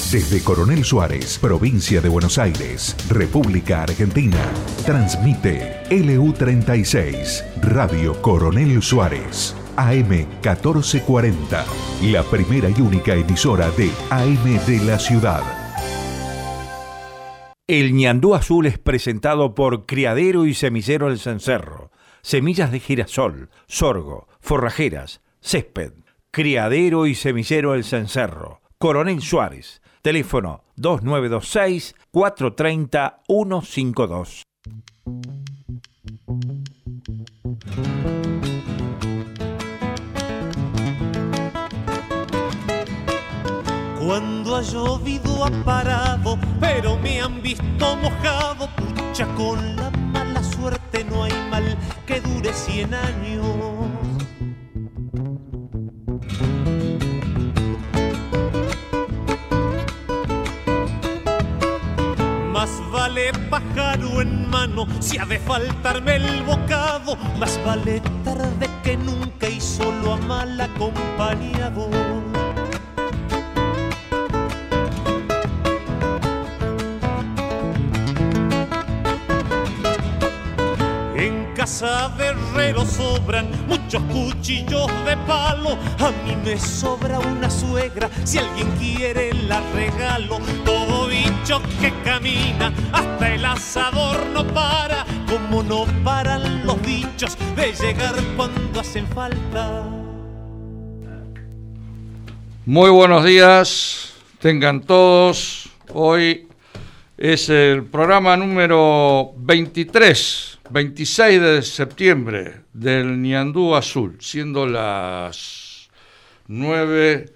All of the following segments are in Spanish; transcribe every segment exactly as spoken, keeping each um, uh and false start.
Desde Coronel Suárez, provincia de Buenos Aires, República Argentina, transmite L U treinta y seis, Radio Coronel Suárez, A M catorce cuarenta, la primera y única emisora de A M de la ciudad. El ñandú azul es presentado por Criadero y Semillero El Cencerro. Semillas de girasol, sorgo, forrajeras, césped. Criadero y Semillero El Cencerro. Coronel Suárez. Teléfono dos nueve dos seis, cuatro tres cero, uno cinco dos. Cuando ha llovido ha parado, pero me han visto mojado. Pucha, con la mala suerte no hay mal que dure cien años. Más vale pájaro en mano si ha de faltarme el bocado. Más vale tarde que nunca y solo a mal acompañado. En casa de herrero sobran muchos cuchillos de palo. A mí me sobra una suegra, si alguien quiere la regalo. Todo bicho que camina, hasta el asador no para. Como no paran los bichos de llegar cuando hacen falta. Muy buenos días, tengan todos. Hoy es el programa número veintitrés, veintiséis de septiembre del ñandú azul, siendo las nueve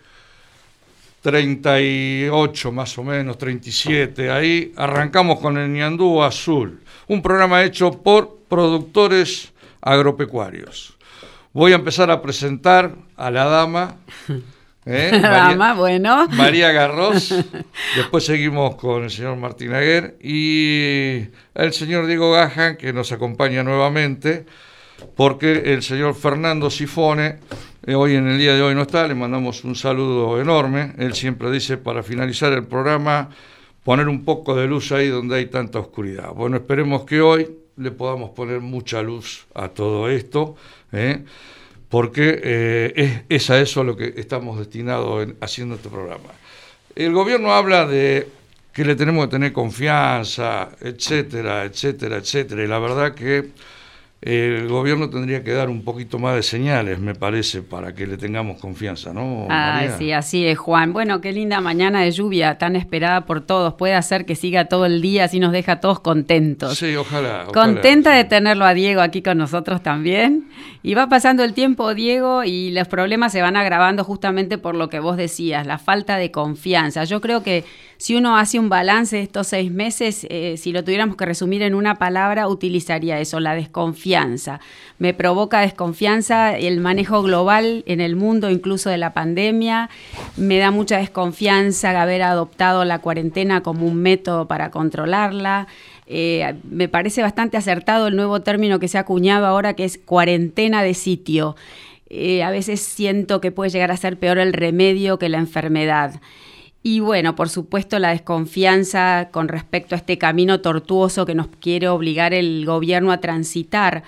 treinta y ocho más o menos, treinta y siete. Ahí arrancamos con el ñandú azul, un programa hecho por productores agropecuarios. Voy a empezar a presentar a la dama. ¿Eh? María, Dama, bueno. María Garros, después seguimos con el señor Martín Aguer y el señor Diego Gajan, que nos acompaña nuevamente, porque el señor Fernando Sifone eh, hoy en el día de hoy no está. Le mandamos un saludo enorme. Él siempre dice, para finalizar el programa, poner un poco de luz ahí donde hay tanta oscuridad. Bueno, esperemos que hoy le podamos poner mucha luz a todo esto, ¿eh? porque eh, es, es a eso a lo que estamos destinados en, haciendo este programa. El gobierno habla de que le tenemos que tener confianza, etcétera, etcétera, etcétera, y la verdad que el gobierno tendría que dar un poquito más de señales, me parece, para que le tengamos confianza, ¿no, María? Ah, sí, así es, Juan. Bueno, qué linda mañana de lluvia, tan esperada por todos. Puede hacer que siga todo el día, así nos deja a todos contentos. Sí, ojalá. ojalá Contenta sí. de tenerlo a Diego aquí con nosotros también. Y va pasando el tiempo, Diego, y los problemas se van agravando justamente por lo que vos decías, la falta de confianza. Yo creo que si uno hace un balance de estos seis meses, eh, si lo tuviéramos que resumir en una palabra, utilizaría eso, la desconfianza. Me provoca desconfianza el manejo global en el mundo, incluso de la pandemia. Me da mucha desconfianza haber adoptado la cuarentena como un método para controlarla. Eh, me parece bastante acertado el nuevo término que se ha acuñado ahora, que es cuarentena de sitio. Eh, a veces siento que puede llegar a ser peor el remedio que la enfermedad. Y bueno, por supuesto, la desconfianza con respecto a este camino tortuoso que nos quiere obligar el gobierno a transitar.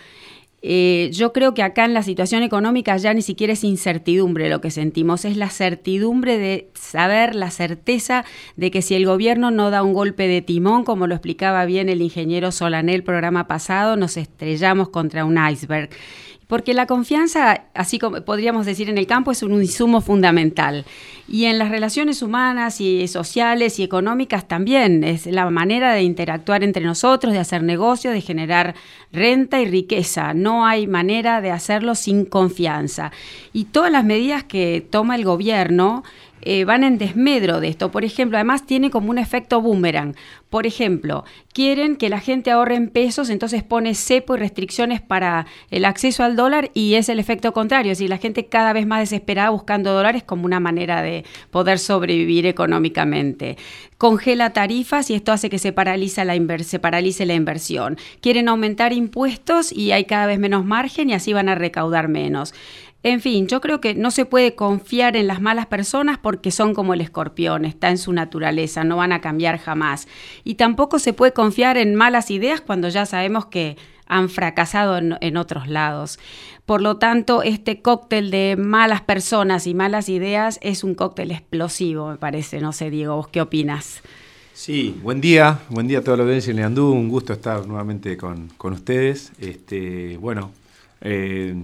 Eh, yo creo que acá en la situación económica ya ni siquiera es incertidumbre lo que sentimos, es la certidumbre de saber, la certeza de que si el gobierno no da un golpe de timón, como lo explicaba bien el ingeniero Solané el programa pasado, nos estrellamos contra un iceberg. Porque la confianza, así como podríamos decir en el campo, es un insumo fundamental. Y en las relaciones humanas y sociales y económicas también. Es la manera de interactuar entre nosotros, de hacer negocios, de generar renta y riqueza. No hay manera de hacerlo sin confianza. Y todas las medidas que toma el gobierno Eh, van en desmedro de esto. Por ejemplo, además tiene como un efecto boomerang. Por ejemplo, quieren que la gente ahorre en pesos, entonces pone cepo y restricciones para el acceso al dólar y es el efecto contrario. Es decir, la gente cada vez más desesperada buscando dólares como una manera de poder sobrevivir económicamente. Congela tarifas y esto hace que se, paraliza la inver- se paralice la inversión. Quieren aumentar impuestos y hay cada vez menos margen y así van a recaudar menos. En fin, yo creo que no se puede confiar en las malas personas porque son como el escorpión, está en su naturaleza, no van a cambiar jamás. Y tampoco se puede confiar en malas ideas cuando ya sabemos que han fracasado en, en otros lados. Por lo tanto, este cóctel de malas personas y malas ideas es un cóctel explosivo, me parece. No sé, Diego, ¿vos qué opinas? Sí, buen día, buen día a toda la audiencia en Leandú, un gusto estar nuevamente con, con ustedes. Este, bueno, eh,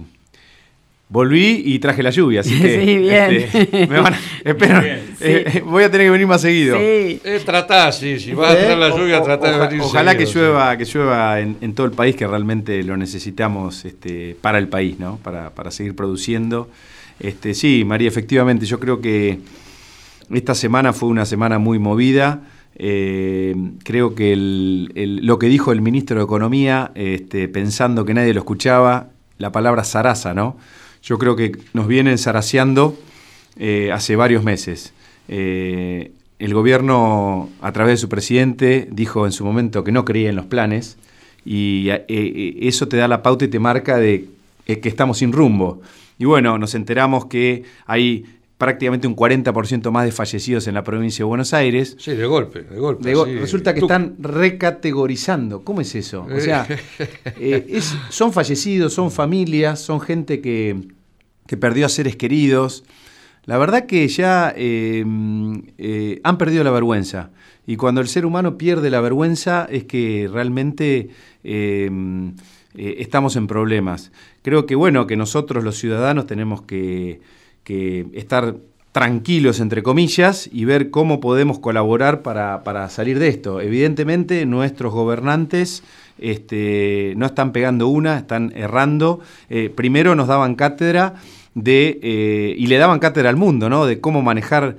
volví y traje la lluvia, así que sí, bien. Este, me van a, espero, Bien, sí. eh, voy a tener que venir más seguido. Sí. Eh, tratá, sí, si vas a traer la lluvia, O- tratá de oja- venir Ojalá seguido, que llueva, que llueva en, en todo el país, que realmente lo necesitamos este, para el país, ¿no? Para, para seguir produciendo. Este, sí, María, efectivamente, yo creo que esta semana fue una semana muy movida. Eh, creo que el, el, lo que dijo el ministro de Economía, este, pensando que nadie lo escuchaba, la palabra zaraza, ¿no? Yo creo que nos vienen zaraseando eh, hace varios meses. Eh, el gobierno, a través de su presidente, dijo en su momento que no creía en los planes y eh, eh, eso te da la pauta y te marca de eh, que estamos sin rumbo. Y bueno, nos enteramos que hay prácticamente un cuarenta por ciento más de fallecidos en la provincia de Buenos Aires. Sí, de golpe, de golpe. De go- sí. Resulta que Tú- están recategorizando. ¿Cómo es eso? O sea, eh, es- son fallecidos, son familias, son gente que, que perdió a seres queridos. La verdad que ya eh, eh, han perdido la vergüenza. Y cuando el ser humano pierde la vergüenza es que realmente eh, eh, estamos en problemas. Creo que, bueno, que nosotros los ciudadanos tenemos que, que estar tranquilos, entre comillas, y ver cómo podemos colaborar para, para salir de esto. Evidentemente, nuestros gobernantes este, no están pegando una, están errando. Eh, primero nos daban cátedra de, eh, y le daban cátedra al mundo, ¿no? De cómo manejar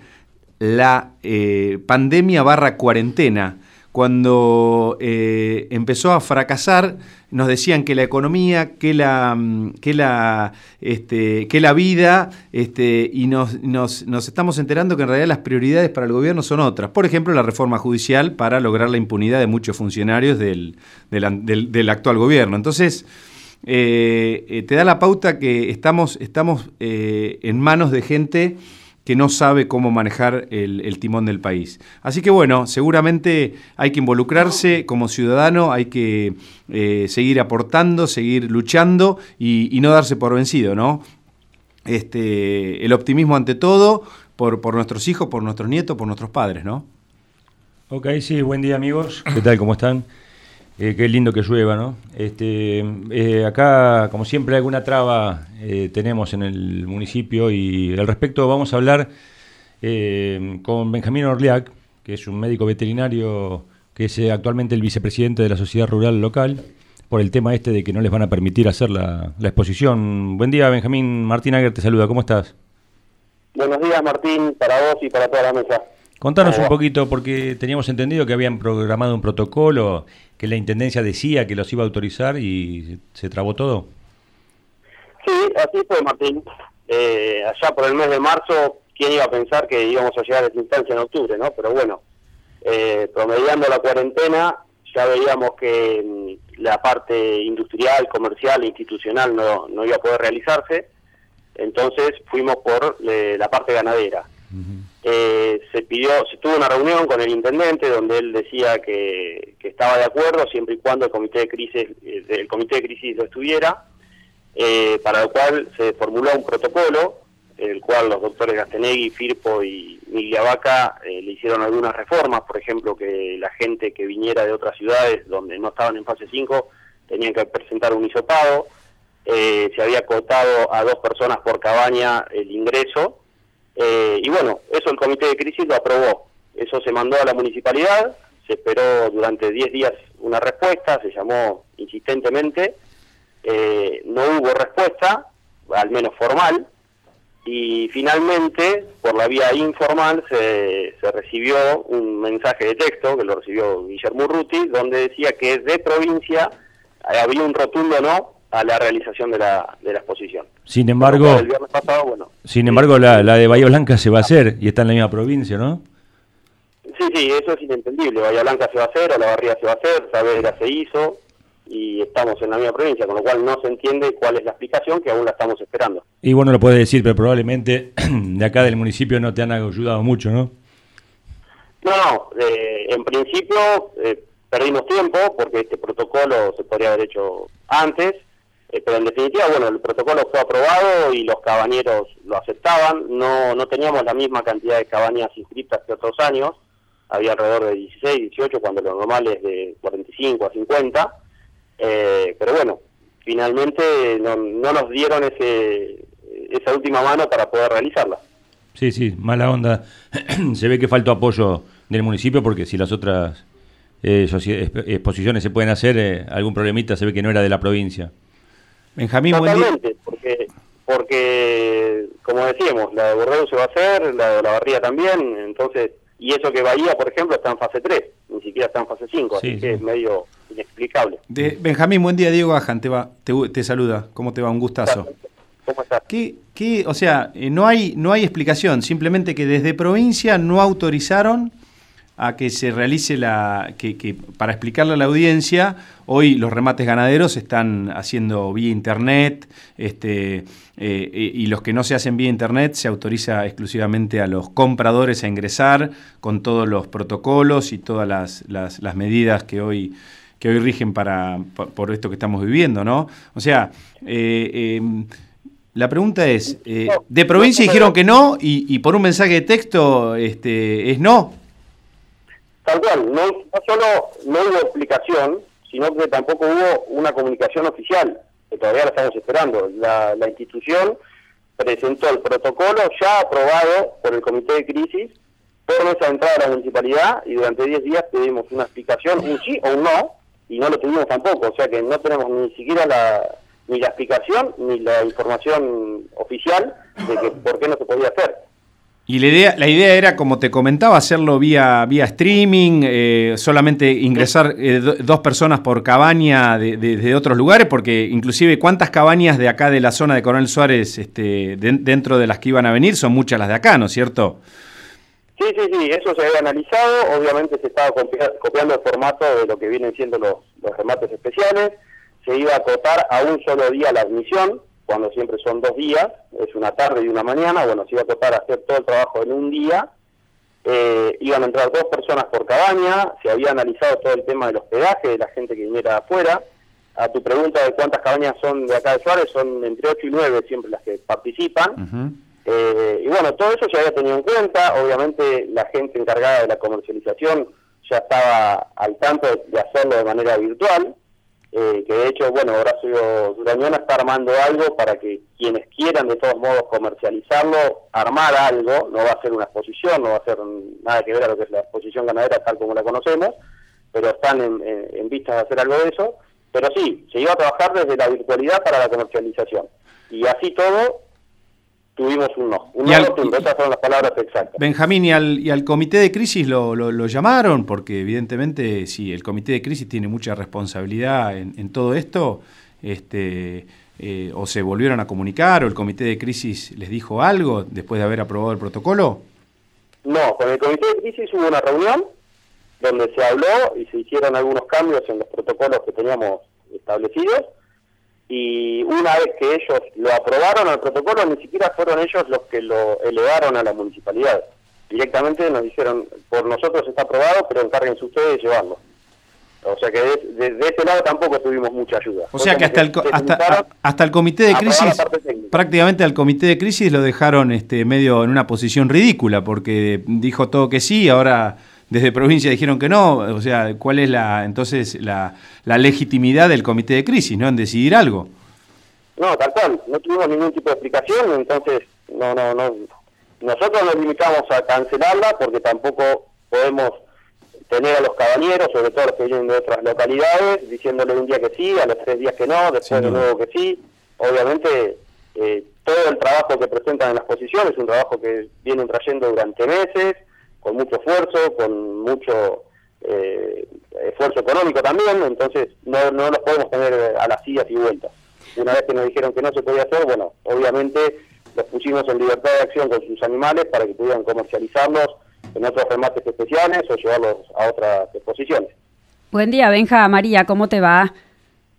la eh, pandemia barra cuarentena. Cuando eh, empezó a fracasar, nos decían que la economía, que la, que la, este, que la vida, este, y nos, nos, nos estamos enterando que en realidad las prioridades para el gobierno son otras. Por ejemplo, la reforma judicial para lograr la impunidad de muchos funcionarios del, del, del, del actual gobierno. Entonces, eh, eh, te da la pauta que estamos, estamos eh, en manos de gente que no sabe cómo manejar el, el timón del país. Así que bueno, seguramente hay que involucrarse como ciudadano, hay que eh, seguir aportando, seguir luchando y, y no darse por vencido, ¿no? Este, el optimismo ante todo, por, por nuestros hijos, por nuestros nietos, por nuestros padres, ¿no? Ok, sí, buen día amigos. ¿Qué tal? ¿Cómo están? Eh, qué lindo que llueva, ¿no? Este, eh, acá, como siempre, alguna traba eh, tenemos en el municipio y al respecto vamos a hablar eh, con Benjamín Orliac, que es un médico veterinario que es eh, actualmente el vicepresidente de la Sociedad Rural Local, por el tema este de que no les van a permitir hacer la, la exposición. Buen día, Benjamín. Martín Aguer te saluda. ¿Cómo estás? Buenos días, Martín, para vos y para toda la mesa. Contanos ¿Cómo un va? poquito, porque teníamos entendido que habían programado un protocolo, que la Intendencia decía que los iba a autorizar y se trabó todo. Sí, así fue, Martín. Eh, allá por el mes de marzo, ¿quién iba a pensar que íbamos a llegar a esta instancia en octubre, no? Pero bueno, eh, promediando la cuarentena, ya veíamos que mm, la parte industrial, comercial e institucional no, no iba a poder realizarse, entonces fuimos por eh, la parte ganadera. Eh, se pidió, se tuvo una reunión con el intendente donde él decía que, que estaba de acuerdo siempre y cuando el comité de crisis, eh, el comité de crisis lo estuviera, eh, para lo cual se formuló un protocolo, el cual los doctores Gastenegui, Firpo y Migliavaca eh, le hicieron algunas reformas, por ejemplo que la gente que viniera de otras ciudades donde no estaban en fase cinco tenían que presentar un hisopado, eh, se había acotado a dos personas por cabaña el ingreso. Eh, y bueno, eso el comité de crisis lo aprobó, eso se mandó a la municipalidad, se esperó durante diez días una respuesta, se llamó insistentemente, eh, no hubo respuesta, al menos formal, y finalmente, por la vía informal, se, se recibió un mensaje de texto, que lo recibió Guillermo Urruti, donde decía que de provincia había un rotundo no a la realización de la, de la exposición. Sin embargo, el viernes pasado, bueno, sin embargo la, la de Bahía Blanca se va a hacer y está en la misma provincia, ¿no? Sí, sí, eso es inentendible. Bahía Blanca se va a hacer, Olavarría se va a hacer, Saavedra se hizo, y estamos en la misma provincia, con lo cual no se entiende cuál es la explicación, que aún la estamos esperando. Y bueno, lo puedes decir, pero probablemente de acá del municipio no te han ayudado mucho, ¿no? No, no, eh, en principio eh, perdimos tiempo porque este protocolo se podría haber hecho antes, eh, pero en definitiva, bueno, el protocolo fue aprobado y los cabañeros lo aceptaban, no, no teníamos la misma cantidad de cabañas inscritas que otros años, había alrededor de dieciséis, dieciocho, cuando lo normal es de cuarenta y cinco a cincuenta, eh, pero bueno, finalmente no, no nos dieron ese esa última mano para poder realizarla. Sí, sí, mala onda. Se ve que faltó apoyo del municipio porque si las otras eh, exposiciones se pueden hacer, eh, algún problemita se ve que no era de la provincia. Benjamín, Totalmente, porque, porque como decíamos, la de Bordeaux se va a hacer, la de La Barría también, entonces, y eso que Bahía, por ejemplo, está en fase tres, ni siquiera está en fase cinco, sí, así sí. que es medio inexplicable. De, Benjamín, buen día, Diego Gajan, te, va, te, te saluda, ¿cómo te va? Un gustazo. ¿Cómo estás? ¿Qué, qué, o sea, eh, no hay no hay explicación, simplemente que desde provincia no autorizaron a que se realice la... que, que para explicarle a la audiencia, hoy los remates ganaderos se están haciendo vía internet, este eh, y los que no se hacen vía internet se autoriza exclusivamente a los compradores a ingresar con todos los protocolos y todas las, las, las medidas que hoy... que hoy rigen para por, por esto que estamos viviendo, ¿no? O sea, eh, eh, la pregunta es, eh, de provincia dijeron que no y, y por un mensaje de texto este, es no. Tal cual, no, no solo no hubo explicación, sino que tampoco hubo una comunicación oficial, que todavía la estamos esperando. La, la institución presentó el protocolo ya aprobado por el Comité de Crisis por nuestra entrada a la municipalidad y durante diez días pedimos una explicación, un sí o un no, y no lo tuvimos tampoco, o sea que no tenemos ni siquiera la ni la explicación ni la información oficial de que por qué no se podía hacer. Y la idea, la idea era, como te comentaba, hacerlo vía vía streaming, eh, solamente ingresar eh, do, dos personas por cabaña de, de, de otros lugares, porque inclusive cuántas cabañas de acá de la zona de Coronel Suárez este, de, dentro de las que iban a venir son muchas las de acá, ¿no es cierto? Sí, sí, sí, eso se había analizado, obviamente se estaba copia, copiando el formato de lo que vienen siendo los, los remates especiales, se iba a acotar a un solo día la admisión, cuando siempre son dos días, es una tarde y una mañana, bueno, se iba a acotar a hacer todo el trabajo en un día, eh, iban a entrar dos personas por cabaña, se había analizado todo el tema del hospedaje de la gente que viniera de afuera. A tu pregunta de cuántas cabañas son de acá de Suárez, son entre ocho y nueve siempre las que participan. Uh-huh. Eh, y bueno, todo eso se había tenido en cuenta, obviamente la gente encargada de la comercialización ya estaba al tanto de, de hacerlo de manera virtual, eh, que de hecho, bueno, Horacio Durañona está armando algo para que quienes quieran de todos modos comercializarlo, armar algo, no va a ser una exposición, no va a ser nada que ver a lo que es la exposición ganadera tal como la conocemos, pero están en, en, en vistas de hacer algo de eso, pero sí, se iba a trabajar desde la virtualidad para la comercialización, y así todo tuvimos un no, un no al, rotundo, esas son las palabras exactas. Benjamín, ¿y al, y al comité de crisis lo, lo, lo llamaron? Porque evidentemente sí, el comité de crisis tiene mucha responsabilidad en, en todo esto, este, eh, o se volvieron a comunicar, o el comité de crisis les dijo algo después de haber aprobado el protocolo. No, con el comité de crisis hubo una reunión donde se habló y se hicieron algunos cambios en los protocolos que teníamos establecidos, y una vez que ellos lo aprobaron al protocolo, ni siquiera fueron ellos los que lo elevaron a la municipalidad. Directamente nos dijeron, por nosotros está aprobado, pero encárguense ustedes de llevarlo. O sea que de, de, de este lado tampoco tuvimos mucha ayuda. O sea que hasta el, hasta, a, hasta el comité de crisis, prácticamente al comité de crisis lo dejaron este medio en una posición ridícula, porque dijo todo que sí, ahora desde provincia dijeron que no. O sea, ¿cuál es la entonces la, la legitimidad del comité de crisis, no, en decidir algo? No, tal cual, no tuvimos ningún tipo de explicación, entonces no, no, no. Nosotros nos limitamos a cancelarla porque tampoco podemos tener a los cabañeros, sobre todo los que vienen de otras localidades, diciéndole un día que sí, a los tres días que no, después sí, de nuevo que sí. Obviamente, eh, todo el trabajo que presentan en las exposiciones es un trabajo que vienen trayendo durante meses, con mucho esfuerzo, con mucho eh, esfuerzo económico también, entonces no, no los podemos tener a las idas y vueltas. Una vez que nos dijeron que no se podía hacer, bueno, obviamente los pusimos en libertad de acción con sus animales para que pudieran comercializarlos en otros remates especiales o llevarlos a otras exposiciones. Buen día, Benja. María, ¿cómo te va?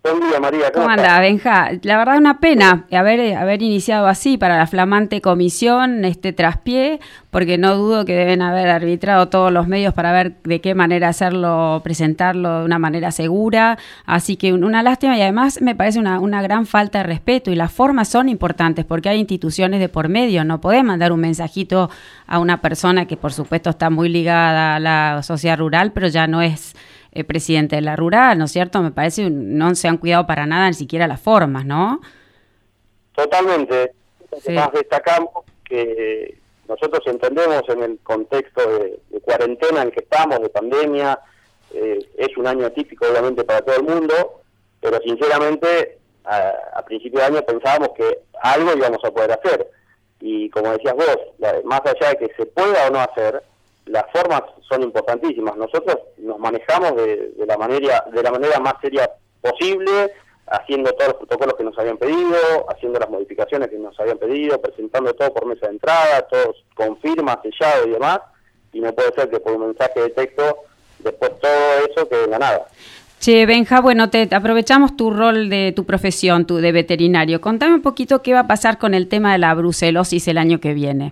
Buen día, María. ¿Cómo, ¿Cómo anda, Benja? La verdad es una pena haber, haber iniciado así para la flamante comisión, este traspié, porque no dudo que deben haber arbitrado todos los medios para ver de qué manera hacerlo, presentarlo de una manera segura. Así que una lástima y además me parece una, una gran falta de respeto, y las formas son importantes porque hay instituciones de por medio. No podés mandar un mensajito a una persona que por supuesto está muy ligada a la sociedad rural, pero ya no es Eh, presidente de la rural, ¿no es cierto? Me parece no se han cuidado para nada ni siquiera las formas, ¿no? Totalmente. Sí. Más destacamos que nosotros entendemos en el contexto de, de cuarentena en que estamos, de pandemia, eh, es un año atípico obviamente para todo el mundo, pero sinceramente a, a principio de año pensábamos que algo íbamos a poder hacer. Y como decías vos, la, más allá de que se pueda o no hacer, las formas son importantísimas. Nosotros nos manejamos de, de la manera de la manera más seria posible, haciendo todos los protocolos que nos habían pedido, haciendo las modificaciones que nos habían pedido, presentando todo por mesa de entrada, todos con firma, sellado y demás, y no puede ser que por un mensaje de texto después todo eso quede en la nada. Che, Benja, bueno, te, te aprovechamos tu rol de tu profesión, tu de veterinario. Contame un poquito qué va a pasar con el tema de la brucelosis el año que viene.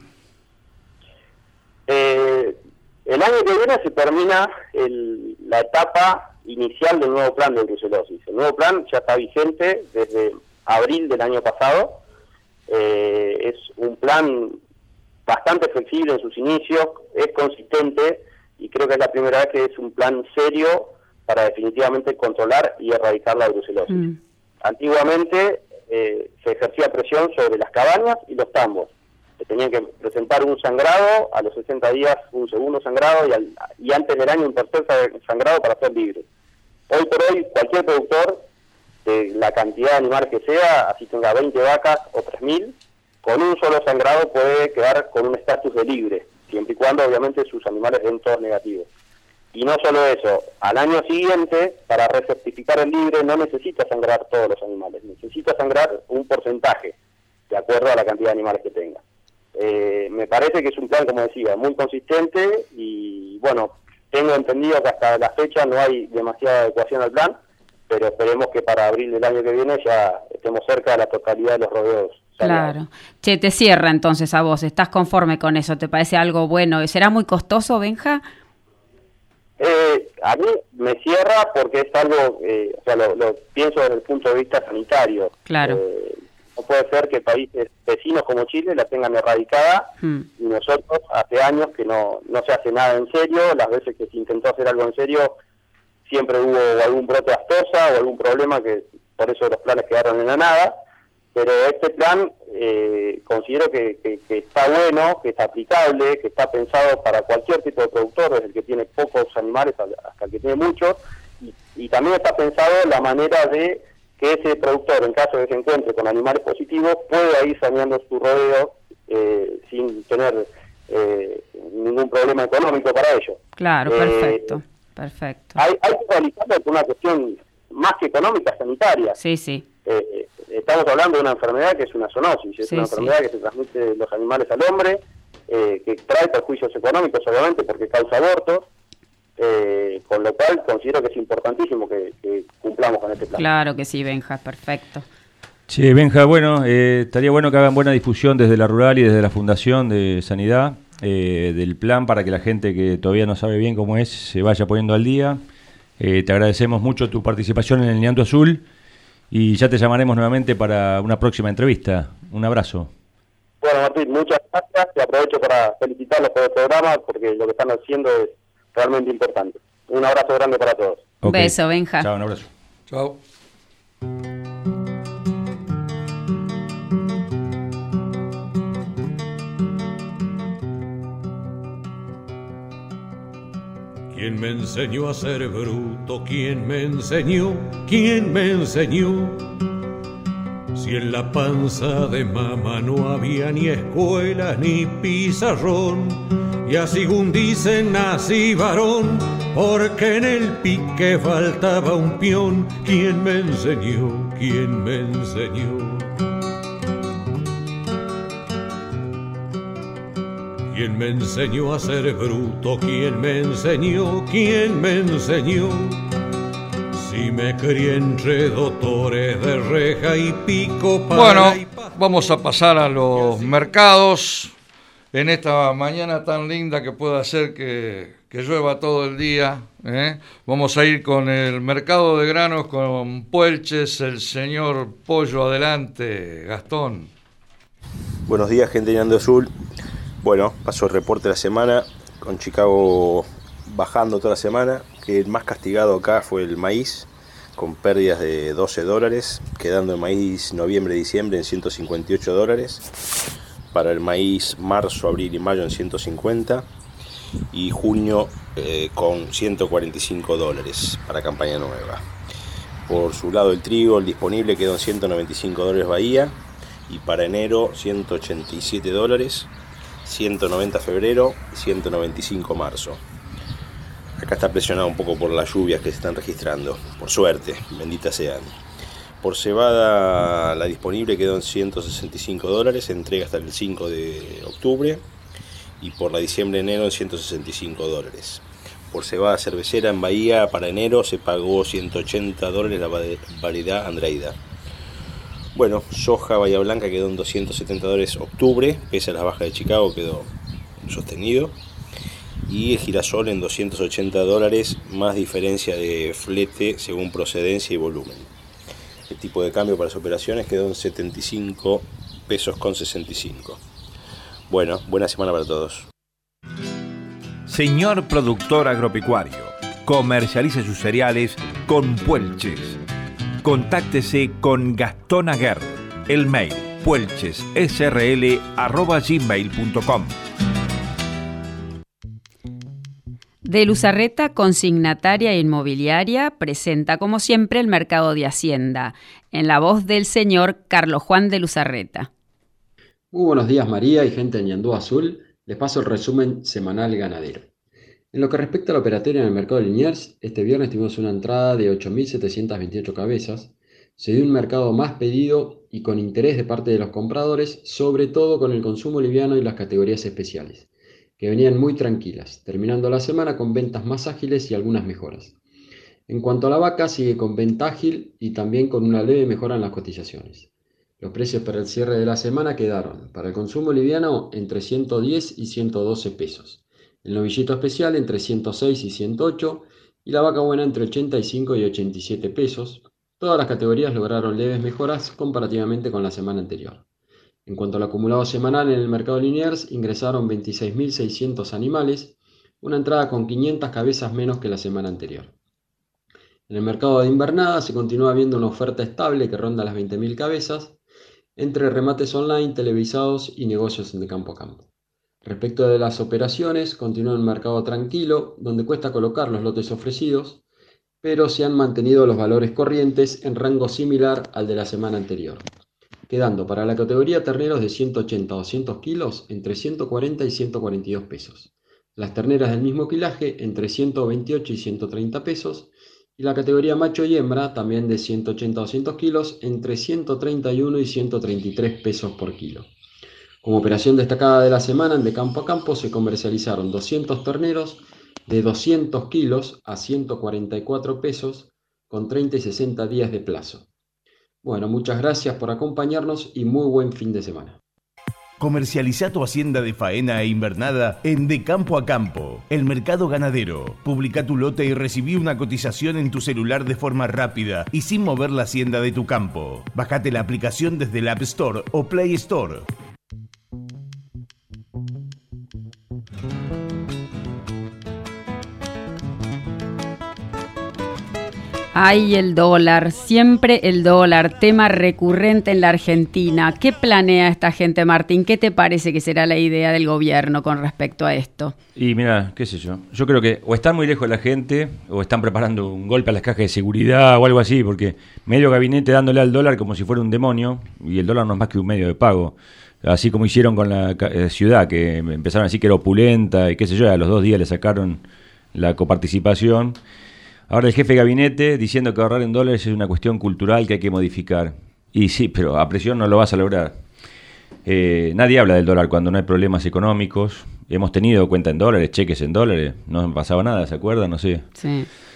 Eh, el año que viene se termina el, la etapa inicial del nuevo plan de brucelosis. El nuevo plan ya está vigente desde abril del año pasado. Eh, es un plan bastante flexible en sus inicios, es consistente y creo que es la primera vez que es un plan serio para definitivamente controlar y erradicar la brucelosis. Mm. Antiguamente eh, se ejercía presión sobre las cabañas y los tambos. Tenían que presentar un sangrado, a los sesenta días un segundo sangrado y, al, y antes del año un tercer sangrado para ser libre. Hoy por hoy cualquier productor, de la cantidad de animales que sea, así tenga veinte vacas o tres mil, con un solo sangrado puede quedar con un estatus de libre, siempre y cuando obviamente sus animales den todos negativos. Y no solo eso, al año siguiente, para recertificar el libre, no necesita sangrar todos los animales, necesita sangrar un porcentaje, de acuerdo a la cantidad de animales que tenga. Eh, me parece que es un plan, como decía, muy consistente y bueno, tengo entendido que hasta la fecha no hay demasiada adecuación al plan, pero esperemos que para abril del año que viene ya estemos cerca de la totalidad de los rodeos. Claro. Che, te cierra entonces a vos, ¿estás conforme con eso? ¿Te parece algo bueno? ¿Será muy costoso, Benja? Eh, a mí me cierra porque es algo, eh, o sea, lo, lo pienso desde el punto de vista sanitario. Claro. Eh, no puede ser que países vecinos como Chile la tengan erradicada hmm. y nosotros hace años que no, no se hace nada en serio. Las veces que se intentó hacer algo en serio siempre hubo algún brote aftosa o algún problema que por eso los planes quedaron en la nada. Pero este plan eh, considero que, que, que está bueno, que está aplicable, que está pensado para cualquier tipo de productor, desde el que tiene pocos animales hasta el que tiene muchos, y, y también está pensado la manera de que ese productor, en caso de que se encuentre con animales positivos, pueda ir saneando su rodeo eh, sin tener eh, ningún problema económico para ello. Claro, eh, perfecto, perfecto. Hay, hay que realizarlo por una cuestión más que económica, sanitaria. Sí, sí. Eh, estamos hablando de una enfermedad que es una zoonosis, es sí, una enfermedad sí. que se transmite de los animales al hombre, eh, que trae perjuicios económicos obviamente porque causa abortos, eh, con lo cual considero que es importantísimo que, que cumplamos con este plan. Claro que sí, Benja, perfecto. Sí, Benja, bueno, eh, estaría bueno que hagan buena difusión desde la rural y desde la Fundación de Sanidad eh, del plan para que la gente que todavía no sabe bien cómo es se vaya poniendo al día. Eh, te agradecemos mucho tu participación en el Nianto Azul. Y ya te llamaremos nuevamente para una próxima entrevista. Un abrazo. Bueno, Martín, muchas gracias. Te aprovecho para felicitarlos por el programa porque lo que están haciendo es realmente importante. Un abrazo grande para todos. Un okay. beso, Benja. Chao, un abrazo. Chao. ¿Quién me enseñó a ser bruto? ¿Quién me enseñó? ¿Quién me enseñó? Si en la panza de mamá no había ni escuela ni pizarrón, y así según dicen nací varón, porque en el pique faltaba un peón. ¿Quién me enseñó? ¿Quién me enseñó? ¿Quién me enseñó a ser bruto? ¿Quién me enseñó? ¿Quién me enseñó? Si me crié entre doctores de reja y pico para Bueno, y pa- vamos a pasar a los mercados en esta mañana tan linda que puede hacer que, que llueva todo el día. ¿eh? Vamos a ir con el mercado de granos con Puelches, el señor Pollo. Adelante, Gastón. Buenos días, gente de Ando Azul. Bueno, pasó el reporte de la semana, con Chicago bajando toda la semana, que el más castigado acá fue el maíz, con pérdidas de doce dólares, quedando el maíz noviembre-diciembre en ciento cincuenta y ocho dólares, para el maíz marzo, abril y mayo en ciento cincuenta, y junio eh, con ciento cuarenta y cinco dólares para campaña nueva. Por su lado el trigo, el disponible quedó en ciento noventa y cinco dólares Bahía, y para enero ciento ochenta y siete dólares, ciento noventa febrero y ciento noventa y cinco marzo. Acá está presionado un poco por las lluvias que se están registrando, por suerte, benditas sean. Por cebada, la disponible quedó en ciento sesenta y cinco dólares, entrega hasta el cinco de octubre, y por la diciembre-enero en ciento sesenta y cinco dólares. Por cebada cervecera en Bahía, para enero se pagó ciento ochenta dólares la variedad Andreida. Bueno, soja Bahía Blanca quedó en doscientos setenta dólares octubre, pese a las bajas de Chicago quedó sostenido. Y el girasol en doscientos ochenta dólares, más diferencia de flete según procedencia y volumen. El tipo de cambio para las operaciones quedó en setenta y cinco pesos con sesenta y cinco. Bueno, buena semana para todos. Señor productor agropecuario, comercialice sus cereales con Puelches. Contáctese con Gastón Aguer. El mail puelchessrl arroba gmail punto com. De Luzarreta, consignataria e inmobiliaria, presenta como siempre el mercado de Hacienda, en la voz del señor Carlos Juan de Luzarreta. Muy buenos días, María y gente de Ñandú Azul. Les paso el resumen semanal ganadero. En lo que respecta a la operatoria en el mercado de Liniers, este viernes tuvimos una entrada de ocho mil setecientas veintiocho cabezas. Se dio un mercado más pedido y con interés de parte de los compradores, sobre todo con el consumo liviano y las categorías especiales, que venían muy tranquilas, terminando la semana con ventas más ágiles y algunas mejoras. En cuanto a la vaca, sigue con venta ágil y también con una leve mejora en las cotizaciones. Los precios para el cierre de la semana quedaron, para el consumo liviano, entre ciento diez y ciento doce pesos. El novillito especial entre ciento seis y ciento ocho y la vaca buena entre ochenta y cinco y ochenta y siete pesos. Todas las categorías lograron leves mejoras comparativamente con la semana anterior. En cuanto al acumulado semanal en el mercado de Liniers, ingresaron veintiséis mil seiscientos animales, una entrada con quinientas cabezas menos que la semana anterior. En el mercado de invernada se continúa viendo una oferta estable que ronda las veinte mil cabezas, entre remates online, televisados y negocios de campo a campo. Respecto de las operaciones, continúa el mercado tranquilo, donde cuesta colocar los lotes ofrecidos, pero se han mantenido los valores corrientes en rango similar al de la semana anterior, quedando para la categoría terneros de ciento ochenta a doscientos kilos entre ciento cuarenta y ciento cuarenta y dos pesos, las terneras del mismo quilaje entre ciento veintiocho y ciento treinta pesos, y la categoría macho y hembra también de ciento ochenta a doscientos kilos entre ciento treinta y uno y ciento treinta y tres pesos por kilo. Como operación destacada de la semana en de campo a campo se comercializaron doscientos terneros de doscientos kilos a ciento cuarenta y cuatro pesos con treinta y sesenta días de plazo. Bueno, muchas gracias por acompañarnos y muy buen fin de semana. Comercializa tu hacienda de faena e invernada en De Campo a Campo, el mercado ganadero. Publica tu lote y recibí una cotización en tu celular de forma rápida y sin mover la hacienda de tu campo. Bájate la aplicación desde el App Store o Play Store. Ay, el dólar, siempre el dólar, tema recurrente en la Argentina. ¿Qué planea esta gente, Martín? ¿Qué te parece que será la idea del gobierno con respecto a esto? Y mira, qué sé yo, yo creo que o están muy lejos de la gente o están preparando un golpe a las cajas de seguridad o algo así, porque medio gabinete dándole al dólar como si fuera un demonio, y el dólar no es más que un medio de pago. Así como hicieron con la eh, ciudad, que empezaron a decir que era opulenta y qué sé yo, a los dos días le sacaron la coparticipación. Ahora el jefe de gabinete diciendo que ahorrar en dólares es una cuestión cultural que hay que modificar. Y sí, pero a presión no lo vas a lograr. Eh, nadie habla del dólar cuando no hay problemas económicos. Hemos tenido cuenta en dólares, cheques en dólares, no pasaba nada, ¿se acuerdan? No sé. Sí.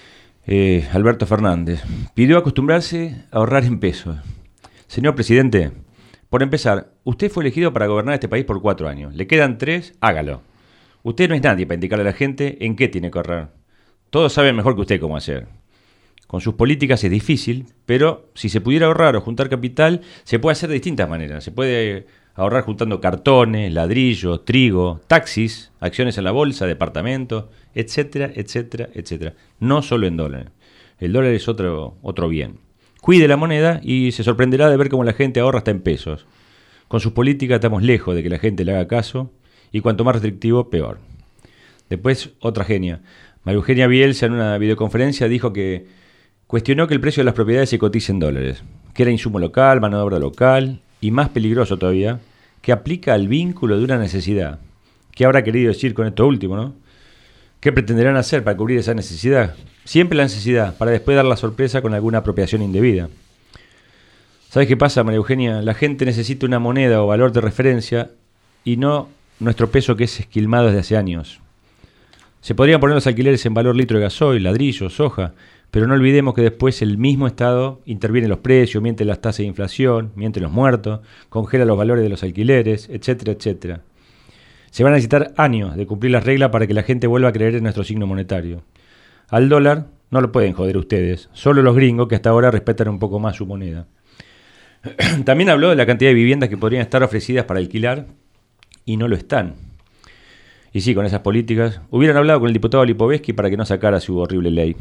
Eh, Alberto Fernández pidió acostumbrarse a ahorrar en pesos. Señor presidente, por empezar, usted fue elegido para gobernar este país por cuatro años. Le quedan tres, hágalo. Usted no es nadie para indicarle a la gente en qué tiene que ahorrar. Todos saben mejor que usted cómo hacer. Con sus políticas es difícil, pero si se pudiera ahorrar o juntar capital, se puede hacer de distintas maneras. Se puede ahorrar juntando cartones, ladrillos, trigo, taxis, acciones en la bolsa, departamentos, etcétera, etcétera, etcétera. No solo en dólares. El dólar es otro, otro bien. Cuide la moneda y se sorprenderá de ver cómo la gente ahorra hasta en pesos. Con sus políticas estamos lejos de que la gente le haga caso y cuanto más restrictivo, peor. Después, otra genia. María Eugenia Bielsa en una videoconferencia dijo que cuestionó que el precio de las propiedades se cotice en dólares, que era insumo local, mano de obra local y más peligroso todavía, que aplica al vínculo de una necesidad. ¿Qué habrá querido decir con esto último, no? ¿Qué pretenderán hacer para cubrir esa necesidad? Siempre la necesidad, para después dar la sorpresa con alguna apropiación indebida. ¿Sabes qué pasa, María Eugenia? La gente necesita una moneda o valor de referencia y no nuestro peso que es esquilmado desde hace años. Se podrían poner los alquileres en valor litro de gasoil, ladrillo, soja, pero no olvidemos que después el mismo Estado interviene en los precios, miente las tasas de inflación, miente los muertos, congela los valores de los alquileres, etcétera, etcétera. Se van a necesitar años de cumplir las reglas para que la gente vuelva a creer en nuestro signo monetario. Al dólar no lo pueden joder ustedes, solo los gringos que hasta ahora respetan un poco más su moneda. También habló de la cantidad de viviendas que podrían estar ofrecidas para alquilar y no lo están. Y sí, con esas políticas, hubieran hablado con el diputado Lipovetsky para que no sacara su horrible ley.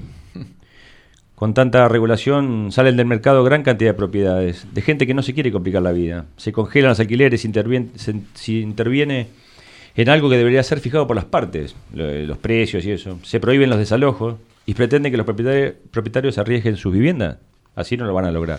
Con tanta regulación salen del mercado gran cantidad de propiedades, de gente que no se quiere complicar la vida. Se congelan los alquileres, interviene, se, se interviene en algo que debería ser fijado por las partes, los precios y eso. Se prohíben los desalojos y pretenden que los propietarios, propietarios arriesguen sus viviendas. Así no lo van a lograr.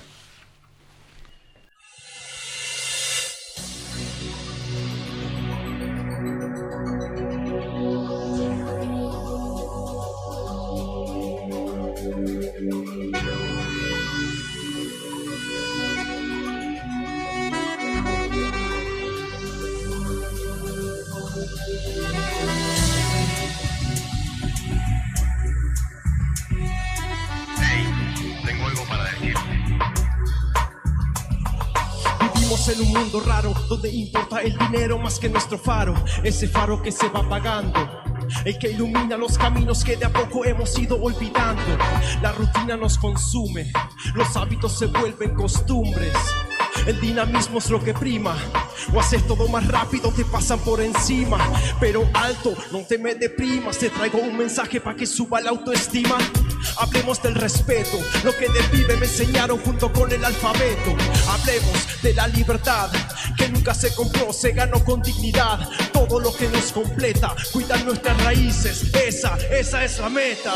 En un mundo raro donde importa el dinero más que nuestro faro, ese faro que se va apagando, el que ilumina los caminos que de a poco hemos ido olvidando. La rutina nos consume, los hábitos se vuelven costumbres. El dinamismo es lo que prima. O haces todo más rápido, te pasan por encima. Pero alto, no te me deprimas. Te traigo un mensaje para que suba la autoestima. Hablemos del respeto, lo que de pibe me enseñaron junto con el alfabeto. Hablemos de la libertad, que nunca se compró, se ganó con dignidad. Todo lo que nos completa, cuidar nuestras raíces. Esa, esa es la meta.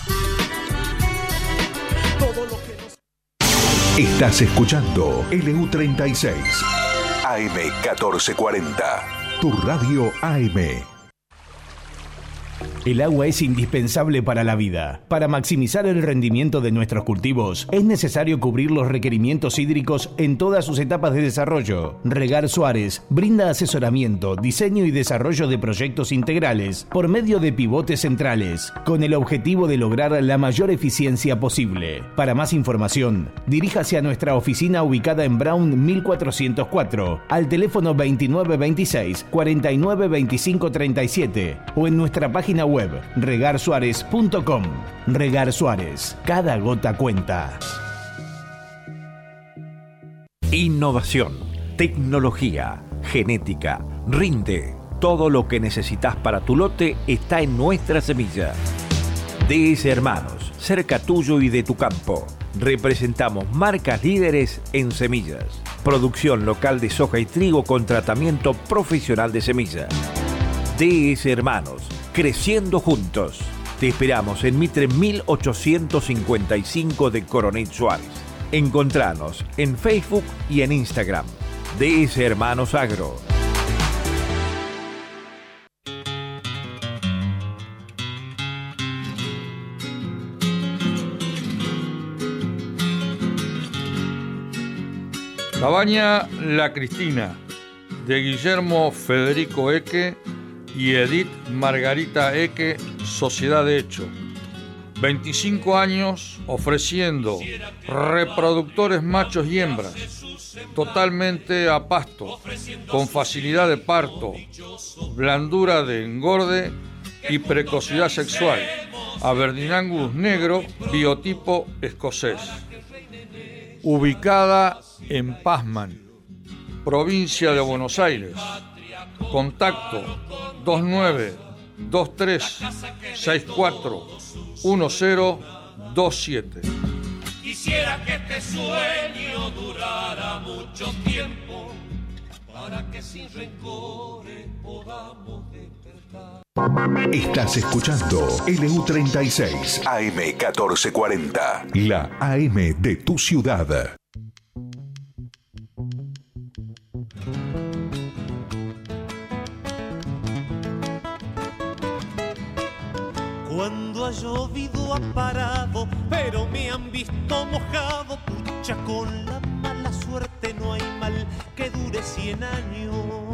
Todo lo que nos... Estás escuchando L U treinta y seis, A M catorce cuarenta, tu radio A M. El agua es indispensable para la vida. Para maximizar el rendimiento de nuestros cultivos, es necesario cubrir los requerimientos hídricos en todas sus etapas de desarrollo. Regar Suárez brinda asesoramiento, diseño y desarrollo de proyectos integrales por medio de pivotes centrales, con el objetivo de lograr la mayor eficiencia posible. Para más información, diríjase a nuestra oficina ubicada en Brown mil cuatrocientos cuatro, al teléfono veintinueve veintiséis, cuarenta y nueve veinticinco treinta y siete o en nuestra página web regar suárez punto com. Regar Suárez, cada gota cuenta. Innovación, tecnología, genética, rinde. Todo lo que necesitas para tu lote está en nuestra semilla. D S Hermanos, cerca tuyo y de tu campo. Representamos marcas líderes en semillas. Producción local de soja y trigo con tratamiento profesional de semilla. D S Hermanos, creciendo juntos. Te esperamos en Mitre mil ochocientos cincuenta y cinco de Coronel Suárez. Encontranos en Facebook y en Instagram. D S Hermanos Agro. Cabaña La Cristina, de Guillermo Federico Eque y Edith Margarita Eque, Sociedad de Hecho. veinticinco años ofreciendo reproductores machos y hembras totalmente a pasto, con facilidad de parto, blandura de engorde y precocidad sexual. Aberdeen negro, biotipo escocés. Ubicada en Pazman, provincia de Buenos Aires. Contacto dos nueve dos tres seis cuatro uno cero dos siete. Quisiera que este sueño durara mucho tiempo para que sin rencores podamos despertar. Estás escuchando L U treinta y seis A M catorce cuarenta, la A M de tu ciudad. Cuando ha llovido ha parado, pero me han visto mojado. Pucha, con la mala suerte no hay mal que dure cien años.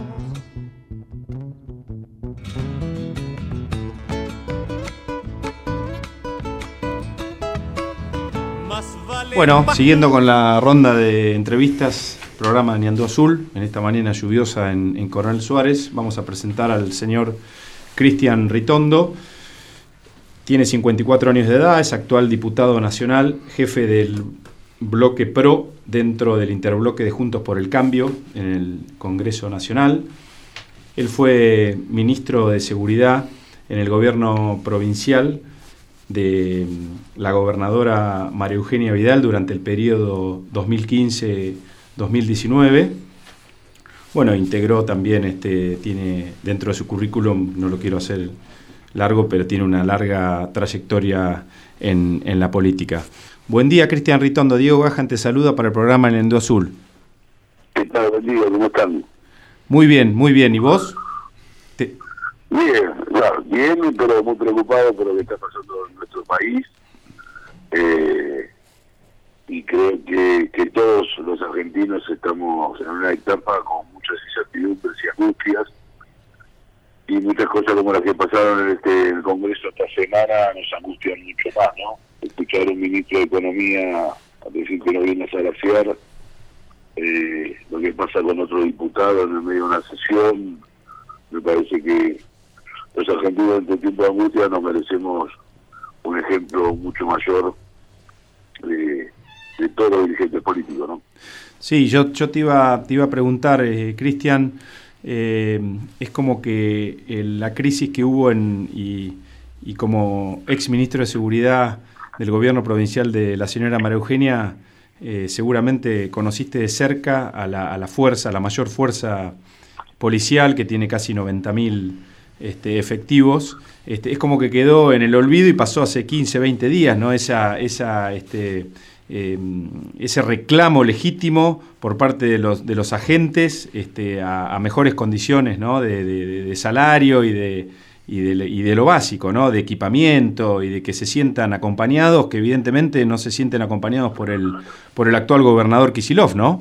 Bueno, siguiendo con la ronda de entrevistas, programa de Ñandú Azul, en esta mañana lluviosa en, en Coronel Suárez, vamos a presentar al señor Cristian Ritondo. Tiene cincuenta y cuatro años de edad, es actual diputado nacional, jefe del bloque PRO dentro del interbloque de Juntos por el Cambio en el Congreso Nacional. Él fue ministro de Seguridad en el gobierno provincial de la gobernadora María Eugenia Vidal durante el periodo dos mil quince a dos mil diecinueve. Bueno, integró también, este, tiene dentro de su currículum, no lo quiero hacer largo, pero tiene una larga trayectoria en, en la política. Buen día, Cristian Ritondo. Diego Gajan te saluda para el programa Ñandú Azul. ¿Qué tal? Buen día, ¿cómo están? Muy bien, muy bien. ¿Y vos? Te... Bien, claro, bien, pero muy preocupado por lo que está pasando en nuestro país. Eh, y creo que, que todos los argentinos estamos en una etapa con muchas incertidumbres y angustias. Y muchas cosas como las que pasaron en, este, en el Congreso esta semana nos angustian mucho más, ¿no? Escuchar a un ministro de Economía a decir que no viene a salaciar, eh, lo que pasa con otro diputado en el medio de una sesión, me parece que los argentinos en este tiempo de angustia nos merecemos un ejemplo mucho mayor de, de todos los dirigentes políticos, ¿no? Sí, yo, yo te iba, te iba a preguntar, eh, Cristian, Eh, es como que el, la crisis que hubo en, y, y como ex ministro de Seguridad del gobierno provincial de la señora María Eugenia, eh, seguramente conociste de cerca a la, a la fuerza, a la mayor fuerza policial que tiene casi noventa mil este, efectivos. Este, es como que quedó en el olvido y pasó hace quince, veinte días, ¿no? Esa, esa, este, eh, ese reclamo legítimo por parte de los, de los agentes este, a, a mejores condiciones, ¿no? de, de, de salario y de, y, de, y de lo básico, ¿no? De equipamiento y de que se sientan acompañados, que evidentemente no se sienten acompañados por el, por el actual gobernador Kicillof, ¿no?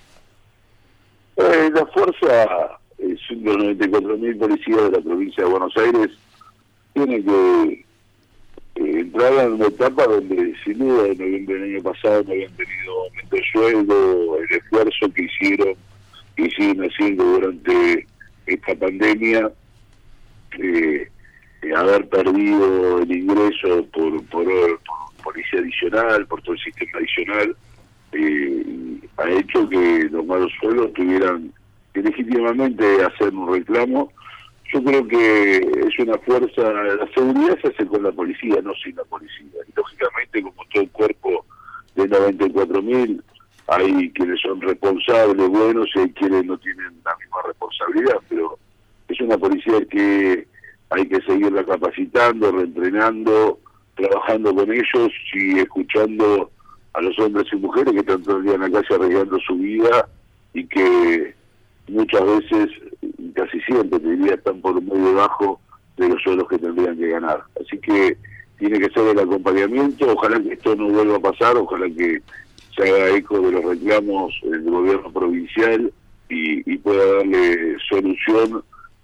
Eh, la fuerza, eh, los noventa y cuatro mil policías de la provincia de Buenos Aires, tiene que eh, entrar en una etapa donde sin duda en noviembre del año pasado no habían tenido aumento de sueldo, el esfuerzo que hicieron y siguen haciendo durante esta pandemia, eh, eh, haber perdido el ingreso por, por, por policía adicional, por todo el sistema adicional, eh, ha hecho que los malos sueldos tuvieran que legítimamente hacer un reclamo. Yo creo que es una fuerza, la seguridad se hace con la policía, no sin la policía. Y lógicamente, como todo el cuerpo de noventa y cuatro mil, hay quienes son responsables, buenos, y hay quienes no tienen la misma responsabilidad, pero es una policía que hay que seguirla capacitando, reentrenando, trabajando con ellos y escuchando a los hombres y mujeres que están todo el día en la calle arriesgando su vida y que muchas veces, casi siempre, te diría, están por muy debajo de los sueldos que tendrían que ganar. Así que tiene que ser el acompañamiento, ojalá que esto no vuelva a pasar, ojalá que se haga eco de los reclamos del gobierno provincial y, y pueda darle solución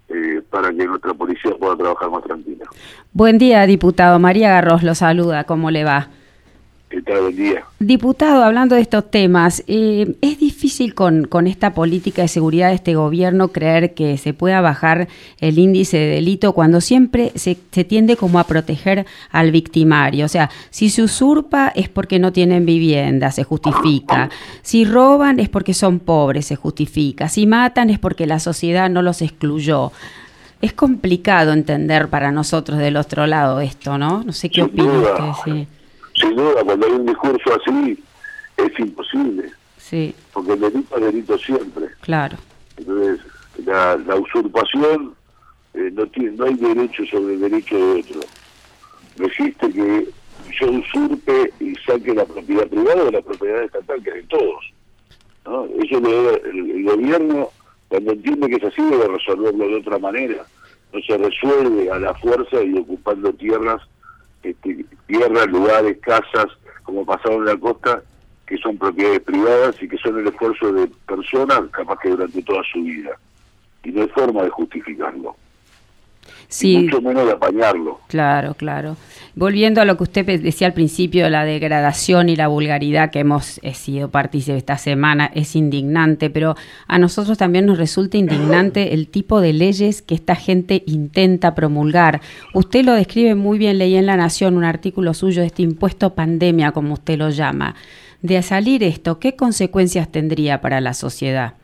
eh, para que nuestra policía pueda trabajar más tranquila. Buen día, diputado. María Garros lo saluda. ¿Cómo le va? ¿Qué tal? Buen día. Diputado, hablando de estos temas, eh, ¿es difícil con, con esta política de seguridad de este gobierno creer que se pueda bajar el índice de delito cuando siempre se, se tiende como a proteger al victimario? O sea, si se usurpa es porque no tienen vivienda, se justifica. Si roban es porque son pobres, se justifica. Si matan es porque la sociedad no los excluyó. Es complicado entender para nosotros del otro lado esto, ¿no? No sé qué opina usted. Sí. Sin duda, cuando hay un discurso así, es imposible. Sí. Porque el delito es delito siempre. Claro. Entonces, la, la usurpación, eh, no tiene, no hay derecho sobre el derecho de otro. No existe que yo usurpe y saque la propiedad privada de la propiedad estatal, que es de todos, ¿no? Eso lo debe, el, el gobierno, cuando entiende que es así, debe resolverlo de otra manera. No se resuelve a la fuerza y ocupando tierras, Este, tierras, lugares, casas, como pasaba en la costa, que son propiedades privadas y que son el esfuerzo de personas capaz que durante toda su vida. Y no hay forma de justificarlo. Sí. Y mucho menos de apañarlo. Claro, claro. Volviendo a lo que usted decía al principio, la degradación y la vulgaridad que hemos eh, sido partícipes esta semana es indignante, pero a nosotros también nos resulta indignante el tipo de leyes que esta gente intenta promulgar. Usted lo describe muy bien, leí en La Nación un artículo suyo de este impuesto pandemia, como usted lo llama. De salir esto, ¿qué consecuencias tendría para la sociedad?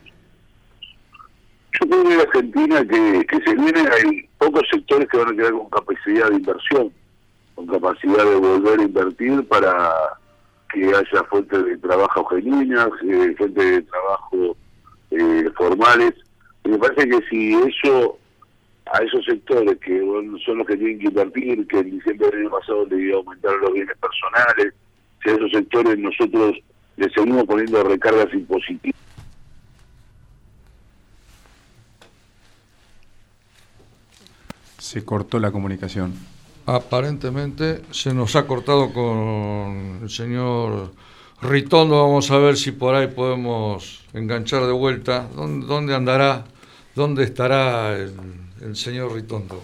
Yo creo que en Argentina que, que se viene, hay pocos sectores que van a quedar con capacidad de inversión, con capacidad de volver a invertir para que haya fuentes de trabajo genuinas, eh, fuentes de trabajo eh, formales. Y me parece que si eso, a esos sectores que son los que tienen que invertir, que en diciembre del año pasado le iba a aumentar los bienes personales, si a esos sectores nosotros le seguimos poniendo recargas impositivas, se cortó la comunicación. Aparentemente se nos ha cortado con el señor Ritondo. Vamos a ver si por ahí podemos enganchar de vuelta. ¿Dónde, dónde andará? ¿Dónde estará el, el señor Ritondo?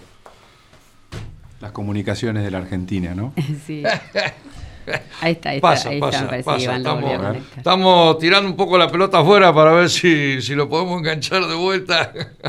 Las comunicaciones de la Argentina, ¿no? Sí. Ahí está, ahí pasa, está. Ahí pasa, está, pasa. Sí, Estamos, estamos tirando un poco la pelota afuera para ver si, si lo podemos enganchar de vuelta.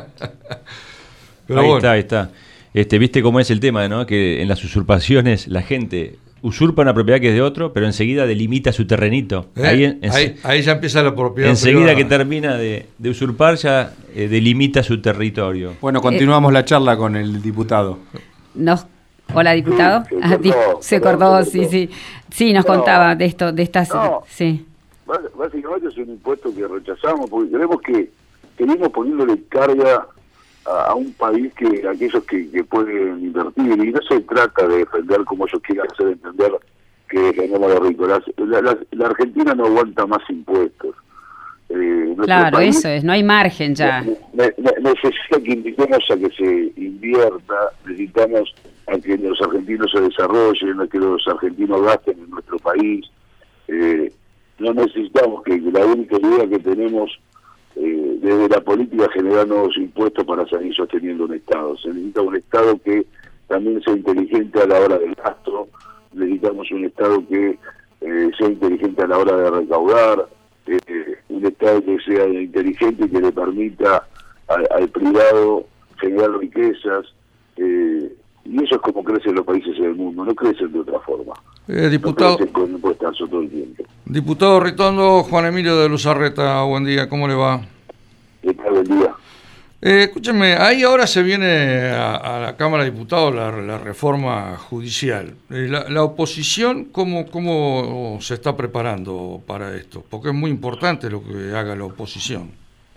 Pero ahí bueno. está, ahí está. Este, viste cómo es el tema, ¿no? Que en las usurpaciones la gente usurpa una propiedad que es de otro, pero enseguida delimita su terrenito. ¿Eh? Ahí, en, ahí, ahí ya empieza la propiedad enseguida privada. que termina de, de usurpar ya eh, delimita su territorio. Bueno, continuamos eh, la charla con el diputado. Nos, hola, diputado. Sí, se, ah, cortó, se cortó, perdón, sí, se sí. Sí, nos no, contaba de esto, de estas... No, sí. Básicamente es un impuesto que rechazamos porque creemos que seguimos poniéndole carga a un país que aquellos que, que pueden invertir, y no se trata de defender como ellos quieran hacer entender que ganamos los ricos. La, la, la Argentina no aguanta más impuestos. Eh, claro, eso es, no hay margen ya. Ne, ne, necesita que invitemos a que se invierta, necesitamos a que los argentinos se desarrollen, a que los argentinos gasten en nuestro país. Eh, no necesitamos que la única idea que tenemos Eh, desde la política generar nuevos impuestos para seguir sosteniendo un Estado. Se necesita un Estado que también sea inteligente a la hora del gasto, necesitamos un Estado que eh, sea inteligente a la hora de recaudar, eh, un Estado que sea inteligente y que le permita al, al privado generar riquezas, eh, y eso es como crecen los países en el mundo, no crecen de otra forma. Eh, diputado, no crecen con impuestazo todo el tiempo. Diputado Ritondo, Juan Emilio de Luzarreta, buen día, ¿cómo le va? ¿Qué tal? Buen día. Eh, escúcheme, ahí ahora se viene a, a la Cámara de Diputados la, la reforma judicial. Eh, la, la oposición, ¿cómo, ¿cómo se está preparando para esto? Porque es muy importante lo que haga la oposición.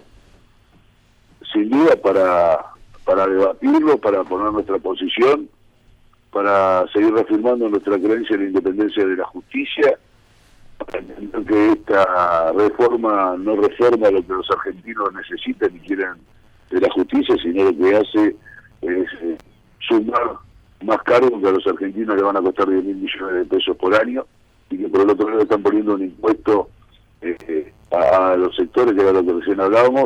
Sin duda para, para debatirlo, para poner nuestra posición, para seguir reafirmando nuestra creencia en la independencia de la justicia, para entender que esta reforma no reforma lo que los argentinos necesitan y quieren de la justicia, sino lo que hace es eh, sumar más cargos que a los argentinos le van a costar diez mil millones de pesos por año, y que por el otro lado están poniendo un impuesto eh, a, a los sectores, que era lo que recién hablábamos, un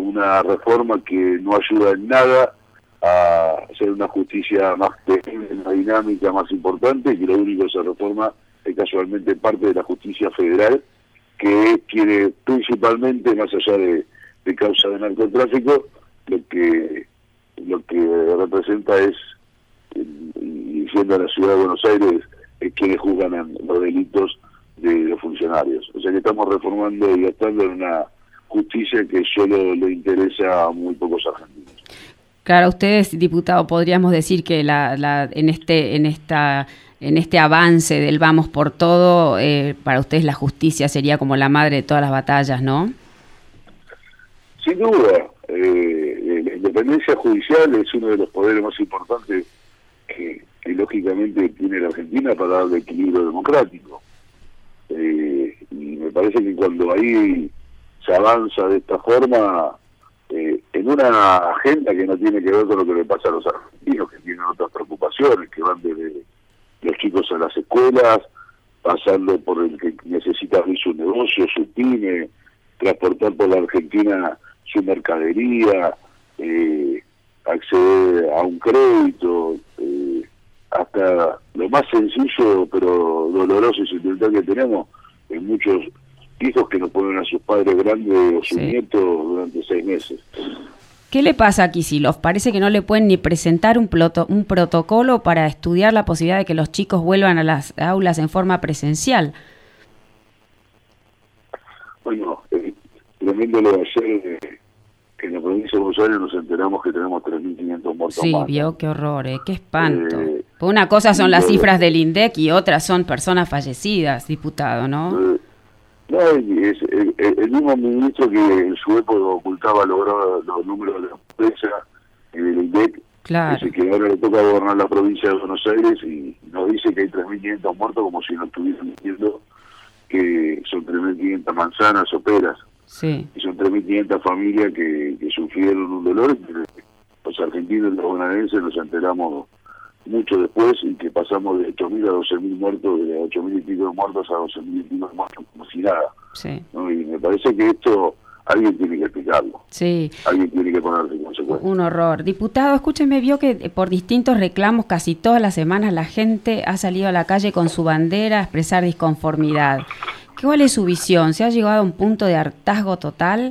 una reforma que no ayuda en nada a hacer una justicia más creíble, una dinámica más importante, y que lo único que se reforma es casualmente parte de la justicia federal, que quiere principalmente, más allá de, de causa de narcotráfico, lo que lo que representa es, y siendo la ciudad de Buenos Aires, es quienes juzgan los delitos de los funcionarios. O sea que estamos reformando y gastando en una justicia que solo le interesa a muy pocos argentinos. Claro, ustedes, diputado, podríamos decir que la, la, en este en esta en este avance del vamos por todo, eh, para ustedes la justicia sería como la madre de todas las batallas, ¿no? Sin duda, eh, la independencia judicial es uno de los poderes más importantes que, que lógicamente tiene la Argentina para darle equilibrio democrático. Eh, y me parece que cuando ahí se avanza de esta forma, eh, en una agenda que no tiene que ver con lo que le pasa a los argentinos, que tienen otras preocupaciones, que van desde los chicos a las escuelas, pasando por el que necesita abrir su negocio, su pyme, transportar por la Argentina su mercadería, eh, acceder a un crédito, eh, hasta lo más sencillo pero doloroso y sentimental que tenemos, en muchos hijos que no ponen a sus padres grandes o sus sí. nietos durante seis meses. ¿Qué le pasa a Kicillof? Parece que no le pueden ni presentar un, ploto, un protocolo para estudiar la posibilidad de que los chicos vuelvan a las aulas en forma presencial. Bueno, eh, tremendo lo de ayer, eh, que en la provincia de Buenos Aires nos enteramos que tenemos tres mil quinientos muertos sí, más. Sí, vio, qué horror, eh, qué espanto. Eh, Una cosa son las cifras del INDEC y otras son personas fallecidas, diputado, ¿no? Eh, no, es el, el mismo ministro que en su época ocultaba los, los números de la pobreza en el INDEC, claro. Dice que ahora le toca gobernar la provincia de Buenos Aires y nos dice que hay tres mil quinientos muertos, como si nos estuvieran diciendo que son tres mil quinientas manzanas o peras. Sí. Y son tres mil quinientas familias que, que sufrieron un dolor. Los argentinos y los bonaerenses nos enteramos mucho después y que pasamos de ocho mil a doce mil muertos, de ocho mil y pico de muertos a doce mil y pico de muertos, como si nada. Sí. ¿No? Y me parece que esto alguien tiene que explicarlo. Sí. Alguien tiene que ponerse en consecuencia. Un horror. Diputado, escúcheme, vio que por distintos reclamos casi todas las semanas la gente ha salido a la calle con su bandera a expresar disconformidad. ¿Cuál es su visión? ¿Se ha llegado a un punto de hartazgo total?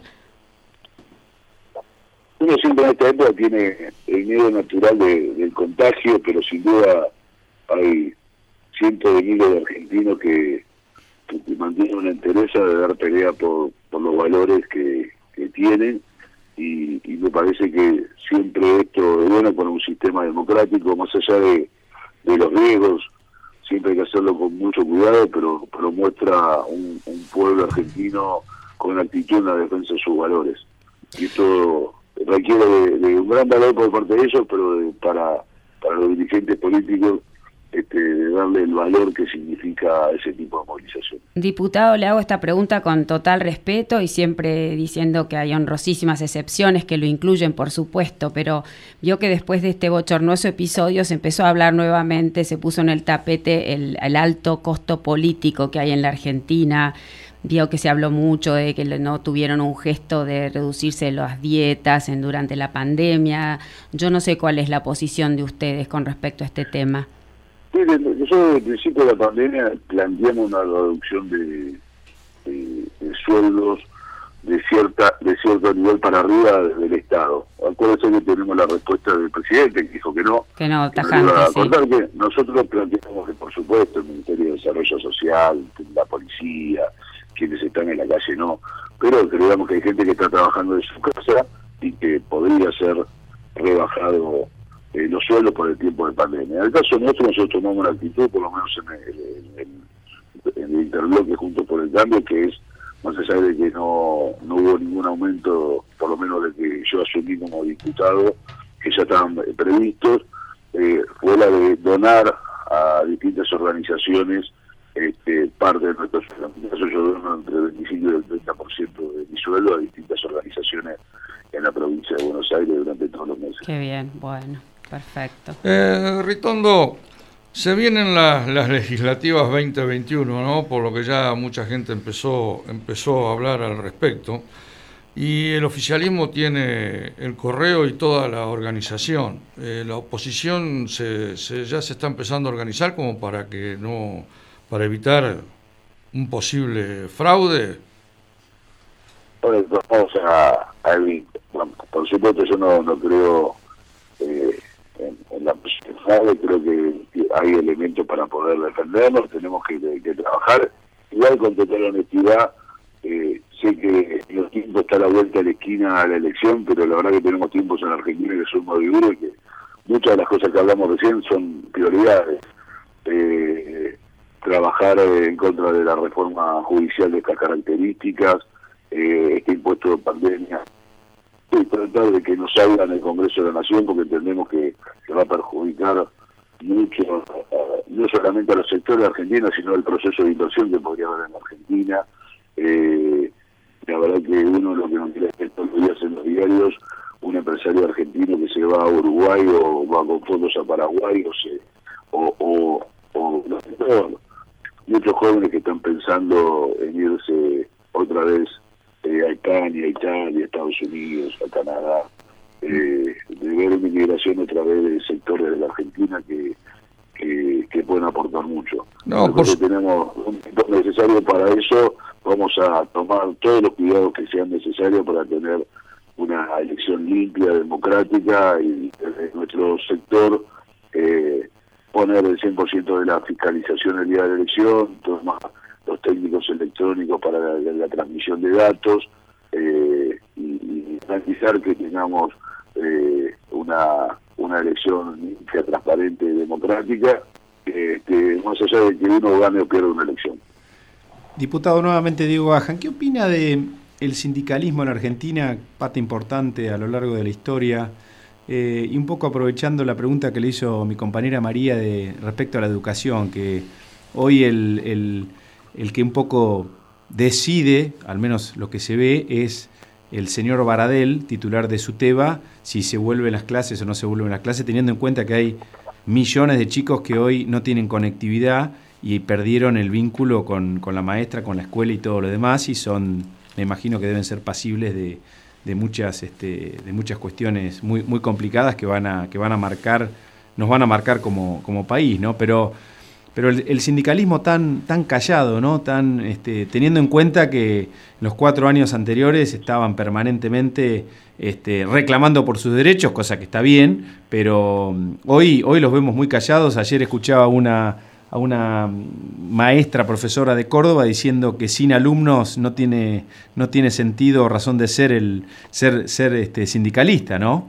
Uno siempre en esta época tiene el miedo natural de, del contagio, pero sin duda hay cientos de miles de argentinos que, que, que mantienen una entereza de dar pelea por, por los valores que, que tienen y, y me parece que siempre esto es bueno para un sistema democrático, más allá de, de los riesgos. Siempre hay que hacerlo con mucho cuidado, pero, pero muestra un, un pueblo argentino con una actitud en la defensa de sus valores. Y esto requiere de, de un gran valor por parte de ellos, pero de, para, para los dirigentes políticos, este, de darle el valor que significa ese tipo de movilización. Diputado, le hago esta pregunta con total respeto y siempre diciendo que hay honrosísimas excepciones que lo incluyen, por supuesto, pero vio que después de este bochornoso episodio se empezó a hablar nuevamente, se puso en el tapete el, el alto costo político que hay en la Argentina. Vio que se habló mucho de que no tuvieron un gesto de reducirse las dietas en, durante la pandemia. Yo no sé cuál es la posición de ustedes con respecto a este tema. Mire, nosotros desde el principio de la pandemia planteamos una reducción de, de, de sueldos de cierta de cierto nivel para arriba del Estado. Acuérdense que tenemos la respuesta del presidente, que dijo que no. Que no, que tajante, no sí. Contar que nosotros planteamos que, por supuesto, el Ministerio de Desarrollo Social, la policía, quienes están en la calle no, pero creemos que hay gente que está trabajando en su casa y que podría ser rebajado eh, los sueldos por el tiempo de pandemia. En el caso nuestro, nosotros tomamos una actitud, por lo menos en el, en el, en el interbloque Juntos por el Cambio, que es, más allá de que no, no hubo ningún aumento, por lo menos de que yo asumí como diputado, que ya estaban previstos, eh, fue la de donar a distintas organizaciones Este, parte de nuestros sueldos. Yo dono entre el veinticinco y el treinta por ciento de mi sueldo a distintas organizaciones en la provincia de Buenos Aires durante todos los meses. Qué bien, bueno, perfecto. Eh, Ritondo, se vienen las, las legislativas veinte veintiuno, ¿no? Por lo que ya mucha gente empezó, empezó a hablar al respecto. y el oficialismo tiene el correo y toda la organización. Eh, la oposición se, se, ya se está empezando a organizar como para que no, para evitar un posible fraude. Bueno, vamos a, a evitar. Bueno, por supuesto yo no, no creo eh, en, en la posibilidad, creo que hay elementos para poder defendernos, tenemos que, que, que trabajar, igual con total honestidad. Eh, sé que los tiempos está a la vuelta de la esquina a la elección, pero la verdad que tenemos tiempos en Argentina que son muy duros y que muchas de las cosas que hablamos recién son prioridades. Eh, trabajar eh, en contra de la reforma judicial de estas características, eh, este impuesto de pandemia, y tratar de que nos salga en el Congreso de la Nación, porque entendemos que, que va a perjudicar mucho, uh, no solamente a los sectores argentinos, sino al proceso de inversión que podría haber en la Argentina. Eh, la verdad que uno lo que no quiere es que todos los días en los diarios un empresario argentino que se va a Uruguay o va con fondos a Paraguay o se o, o, o no sé, todo. Muchos jóvenes que están pensando en irse otra vez eh, a España, a Italia, a Estados Unidos, a Canadá, eh, de ver una inmigración otra vez de sectores de la Argentina que que, que pueden aportar mucho. No, Nosotros por... tenemos un tiempo necesario para eso, vamos a tomar todos los cuidados que sean necesarios para tener una elección limpia, democrática y desde nuestro sector eh, poner el cien por ciento de la fiscalización el día de la elección, tomar los técnicos electrónicos para la, la transmisión de datos eh, y, y garantizar que tengamos eh, una una elección limpia, transparente y democrática, eh, que más allá de que uno gane o pierda una elección. Diputado, nuevamente Diego Gahan, ¿qué opina de el sindicalismo en Argentina, parte importante a lo largo de la historia? Eh, y un poco aprovechando la pregunta que le hizo mi compañera María de respecto a la educación, que hoy el, el, el que un poco decide, al menos lo que se ve, es el señor Baradel, titular de SUTEBA, si se vuelven las clases o no se vuelven las clases, teniendo en cuenta que hay millones de chicos que hoy no tienen conectividad y perdieron el vínculo con, con la maestra, con la escuela y todo lo demás, y son, me imagino que deben ser pasibles de, de muchas este, de muchas cuestiones muy muy complicadas que van a que van a marcar, nos van a marcar como, como país, ¿no? Pero Pero el, el sindicalismo tan tan callado, ¿no? Tan este, teniendo en cuenta que los cuatro años anteriores estaban permanentemente este, reclamando por sus derechos, cosa que está bien, pero hoy hoy los vemos muy callados. Ayer escuchaba una, a una maestra profesora de Córdoba diciendo que sin alumnos no tiene no tiene sentido o razón de ser el ser ser este, sindicalista, ¿no?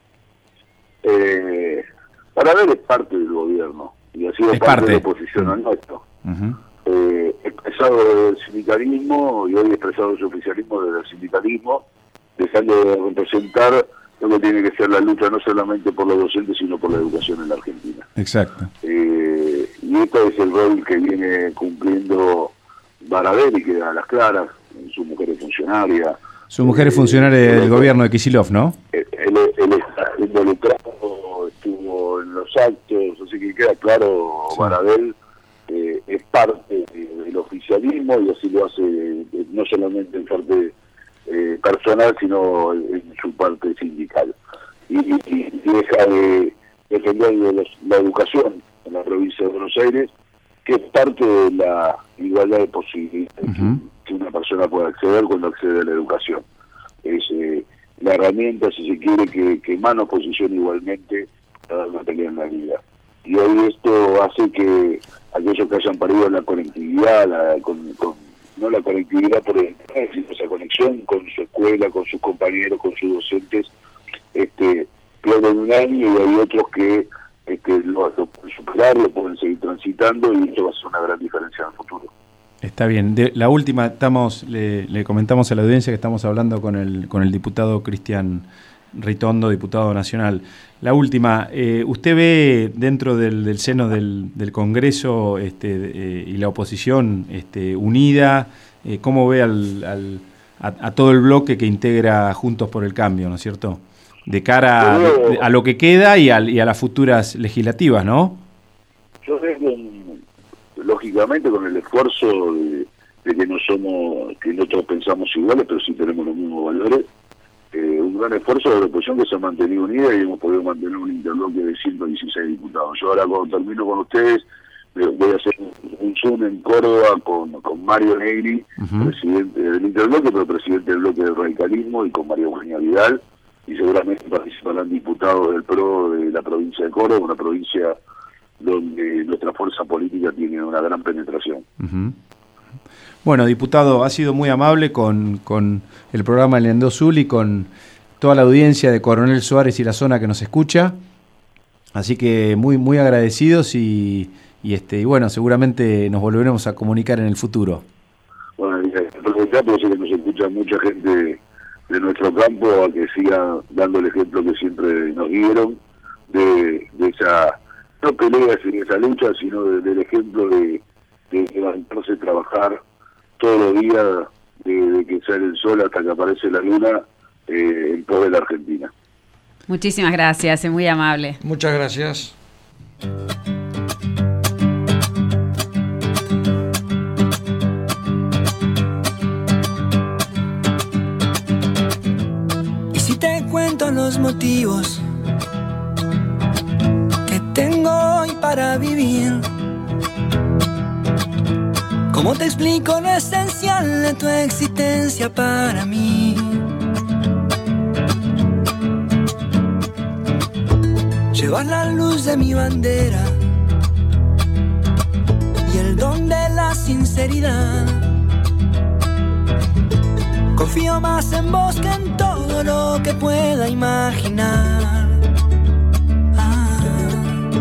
Eh, para ver es parte del gobierno. Y ha sido es parte, parte de la oposición al nuestro. Uh-huh. Eh, expresado del sindicalismo y hoy expresado su oficialismo desde el sindicalismo, dejando de representar lo que tiene que ser la lucha no solamente por los docentes, sino por la educación en la Argentina. Exacto. Eh, y este es el rol que viene cumpliendo Baradel y que a las claras, su mujer es funcionaria. Su mujer es funcionaria eh, del gobierno de Kicillof, ¿no? Él, él, él está involucrado, estuvo en los actos, así que queda claro, sí. Baradel eh, es parte de, del oficialismo y así lo hace eh, no solamente en parte eh, personal, sino en, en su parte sindical. Y, y, y deja de defender de los, la educación en la provincia de Buenos Aires, que es parte de la igualdad de posibilidades uh-huh. que, que una persona pueda acceder cuando accede a la educación. Es eh, la herramienta, si se quiere, que, que más nos posiciona igualmente a dar una pelea en la vida. Y hoy esto hace que aquellos que hayan perdido la conectividad, la, con, con, no la conectividad por el internet, sino esa conexión con su escuela, con sus compañeros, con sus docentes, este, pierden un año y hay otros que este, lo, lo pueden superar, lo pueden seguir transitando y esto va a ser una gran diferencia en el futuro. Está bien. De, la última, estamos le, le comentamos a la audiencia que estamos hablando con el con el diputado Cristian Ritondo, diputado nacional. La última, eh, ¿usted ve dentro del, del seno del, del Congreso este, eh, y la oposición este, unida? Eh, ¿Cómo ve al, al, a, a todo el bloque que integra Juntos por el Cambio, ¿no es cierto? De cara a, de, a lo que queda y a, y a las futuras legislativas, ¿no? Yo veo, con, lógicamente, con el esfuerzo de, de que no somos, que no todos pensamos iguales, pero sí tenemos los mismos valores. Eh, un gran esfuerzo de la oposición que se ha mantenido unida y hemos podido mantener un interbloque de ciento dieciséis diputados. Yo ahora cuando termino con ustedes voy a hacer un, un Zoom en Córdoba con, con Mario Negri, uh-huh. presidente del interbloque, pero presidente del bloque del radicalismo, y con María Eugenia Vidal, y seguramente participarán diputados del P R O de la provincia de Córdoba, una provincia donde nuestra fuerza política tiene una gran penetración. Uh-huh. Bueno, diputado, ha sido muy amable con, con el programa Ñandú Azul y con toda la audiencia de Coronel Suárez y la zona que nos escucha, así que muy muy agradecidos y, y este y bueno, seguramente nos volveremos a comunicar en el futuro. Bueno, aprovechar porque sé que nos escucha mucha gente de nuestro campo a que siga dando el ejemplo que siempre nos dieron de, de esa, no peleas en esa lucha, sino de, del ejemplo de, de levantarse, trabajar todos los días, de, de que sale el sol hasta que aparece la luna, eh, en pos de la Argentina. Muchísimas gracias, es muy amable. Muchas gracias. Y si te cuento los motivos que tengo hoy para vivir, ¿cómo te explico lo esencial de tu existencia para mí? Llevas la luz de mi bandera y el don de la sinceridad. Confío más en vos que en todo lo que pueda imaginar. Ah.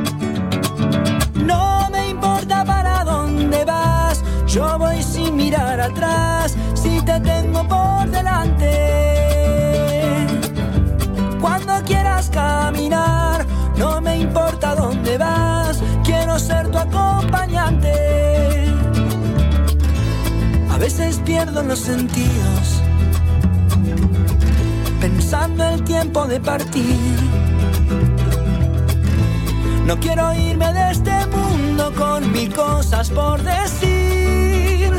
No me importa para dónde vas, yo voy sin mirar atrás, si te tengo por delante. Cuando quieras caminar, no me importa dónde vas, quiero ser tu acompañante. A veces pierdo los sentidos, pensando el tiempo de partir. No quiero irme de este mundo con mil cosas por decir.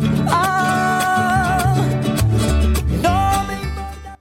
Ah, no me importa.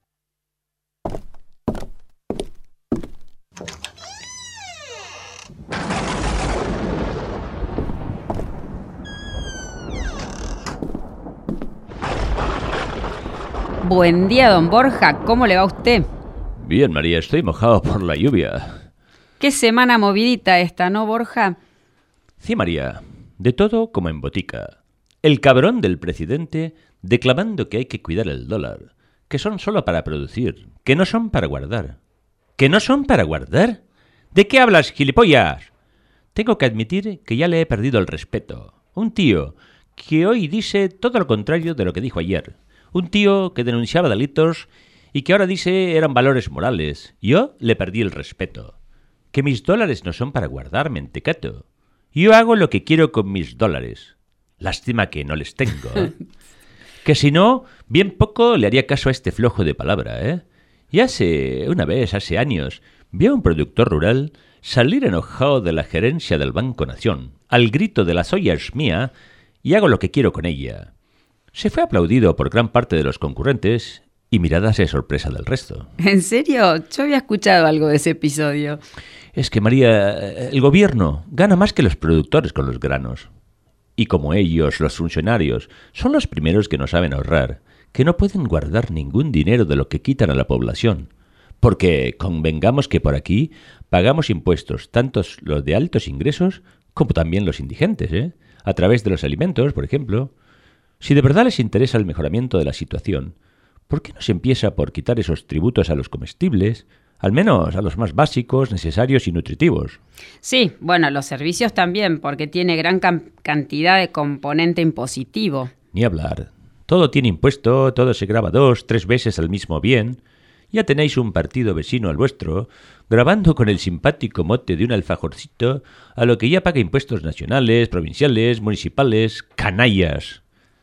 Buen día, don Borja. ¿Cómo le va a usted? Bien, María, estoy mojado por la lluvia. Qué semana movidita esta, ¿no, Borja? Sí, María. De todo como en botica. El cabrón del presidente declamando que hay que cuidar el dólar, que son solo para producir, que no son para guardar. ¿Que no son para guardar? ¿De qué hablas, gilipollas? Tengo que admitir que ya le he perdido el respeto. Un tío que hoy dice todo lo contrario de lo que dijo ayer. Un tío que denunciaba delitos y que ahora dice eran valores morales. Yo le perdí el respeto. Que mis dólares no son para guardar, mentecato. Yo hago lo que quiero con mis dólares. Lástima que no les tengo, ¿eh? Que si no, bien poco le haría caso a este flojo de palabra, ¿eh? Y hace, una vez, hace años, vi a un productor rural salir enojado de la gerencia del Banco Nación, al grito de la soya es mía y hago lo que quiero con ella. Se fue aplaudido por gran parte de los concurrentes y miradas de sorpresa del resto. ¿En serio? Yo había escuchado algo de ese episodio. Es que, María, el gobierno gana más que los productores con los granos. Y como ellos, los funcionarios, son los primeros que no saben ahorrar, que no pueden guardar ningún dinero de lo que quitan a la población. Porque convengamos que por aquí pagamos impuestos, tanto los de altos ingresos como también los indigentes, ¿eh? A través de los alimentos, por ejemplo. Si de verdad les interesa el mejoramiento de la situación, ¿por qué no se empieza por quitar esos tributos a los comestibles, al menos a los más básicos, necesarios y nutritivos? Sí, bueno, los servicios también, porque tiene gran cam- cantidad de componente impositivo. Ni hablar. Todo tiene impuesto, todo se graba dos, tres veces al mismo bien. Ya tenéis un partido vecino al vuestro, grabando con el simpático mote de un alfajorcito, a lo que ya paga impuestos nacionales, provinciales, municipales, canallas.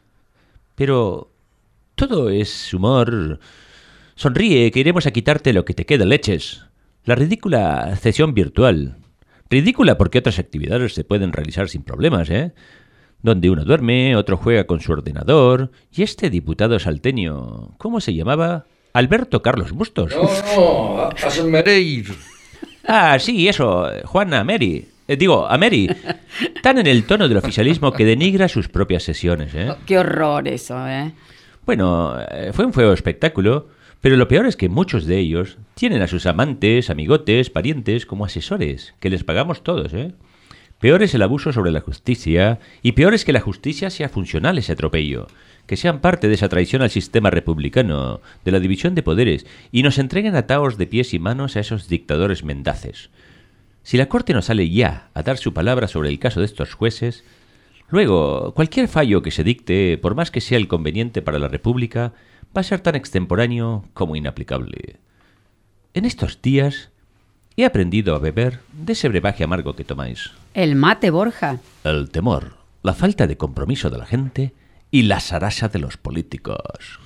Pero todo es humor. Sonríe, que iremos a quitarte lo que te queda, leches. La ridícula cesión virtual. Ridícula porque otras actividades se pueden realizar sin problemas, ¿eh? donde uno duerme, otro juega con su ordenador, y este diputado salteño, ¿cómo se llamaba? Alberto Carlos Bustos. No, no, Asenmereir. Ah, sí, eso, Juan Ameri. Eh, digo, Ameri, tan en el tono del oficialismo que denigra sus propias sesiones, ¿eh? Qué horror eso, ¿eh? Bueno, eh, fue un feo espectáculo, pero lo peor es que muchos de ellos tienen a sus amantes, amigotes, parientes como asesores, que les pagamos todos, ¿eh? Peor es el abuso sobre la justicia, y peor es que la justicia sea funcional a ese atropello, que sean parte de esa traición al sistema republicano, de la división de poderes, y nos entreguen ataos de pies y manos a esos dictadores mendaces. Si la Corte no sale ya a dar su palabra sobre el caso de estos jueces, luego cualquier fallo que se dicte, por más que sea el conveniente para la República, va a ser tan extemporáneo como inaplicable. En estos días he aprendido a beber de ese brebaje amargo que tomáis. ¿El mate, Borja? El temor, la falta de compromiso de la gente y la sarasa de los políticos.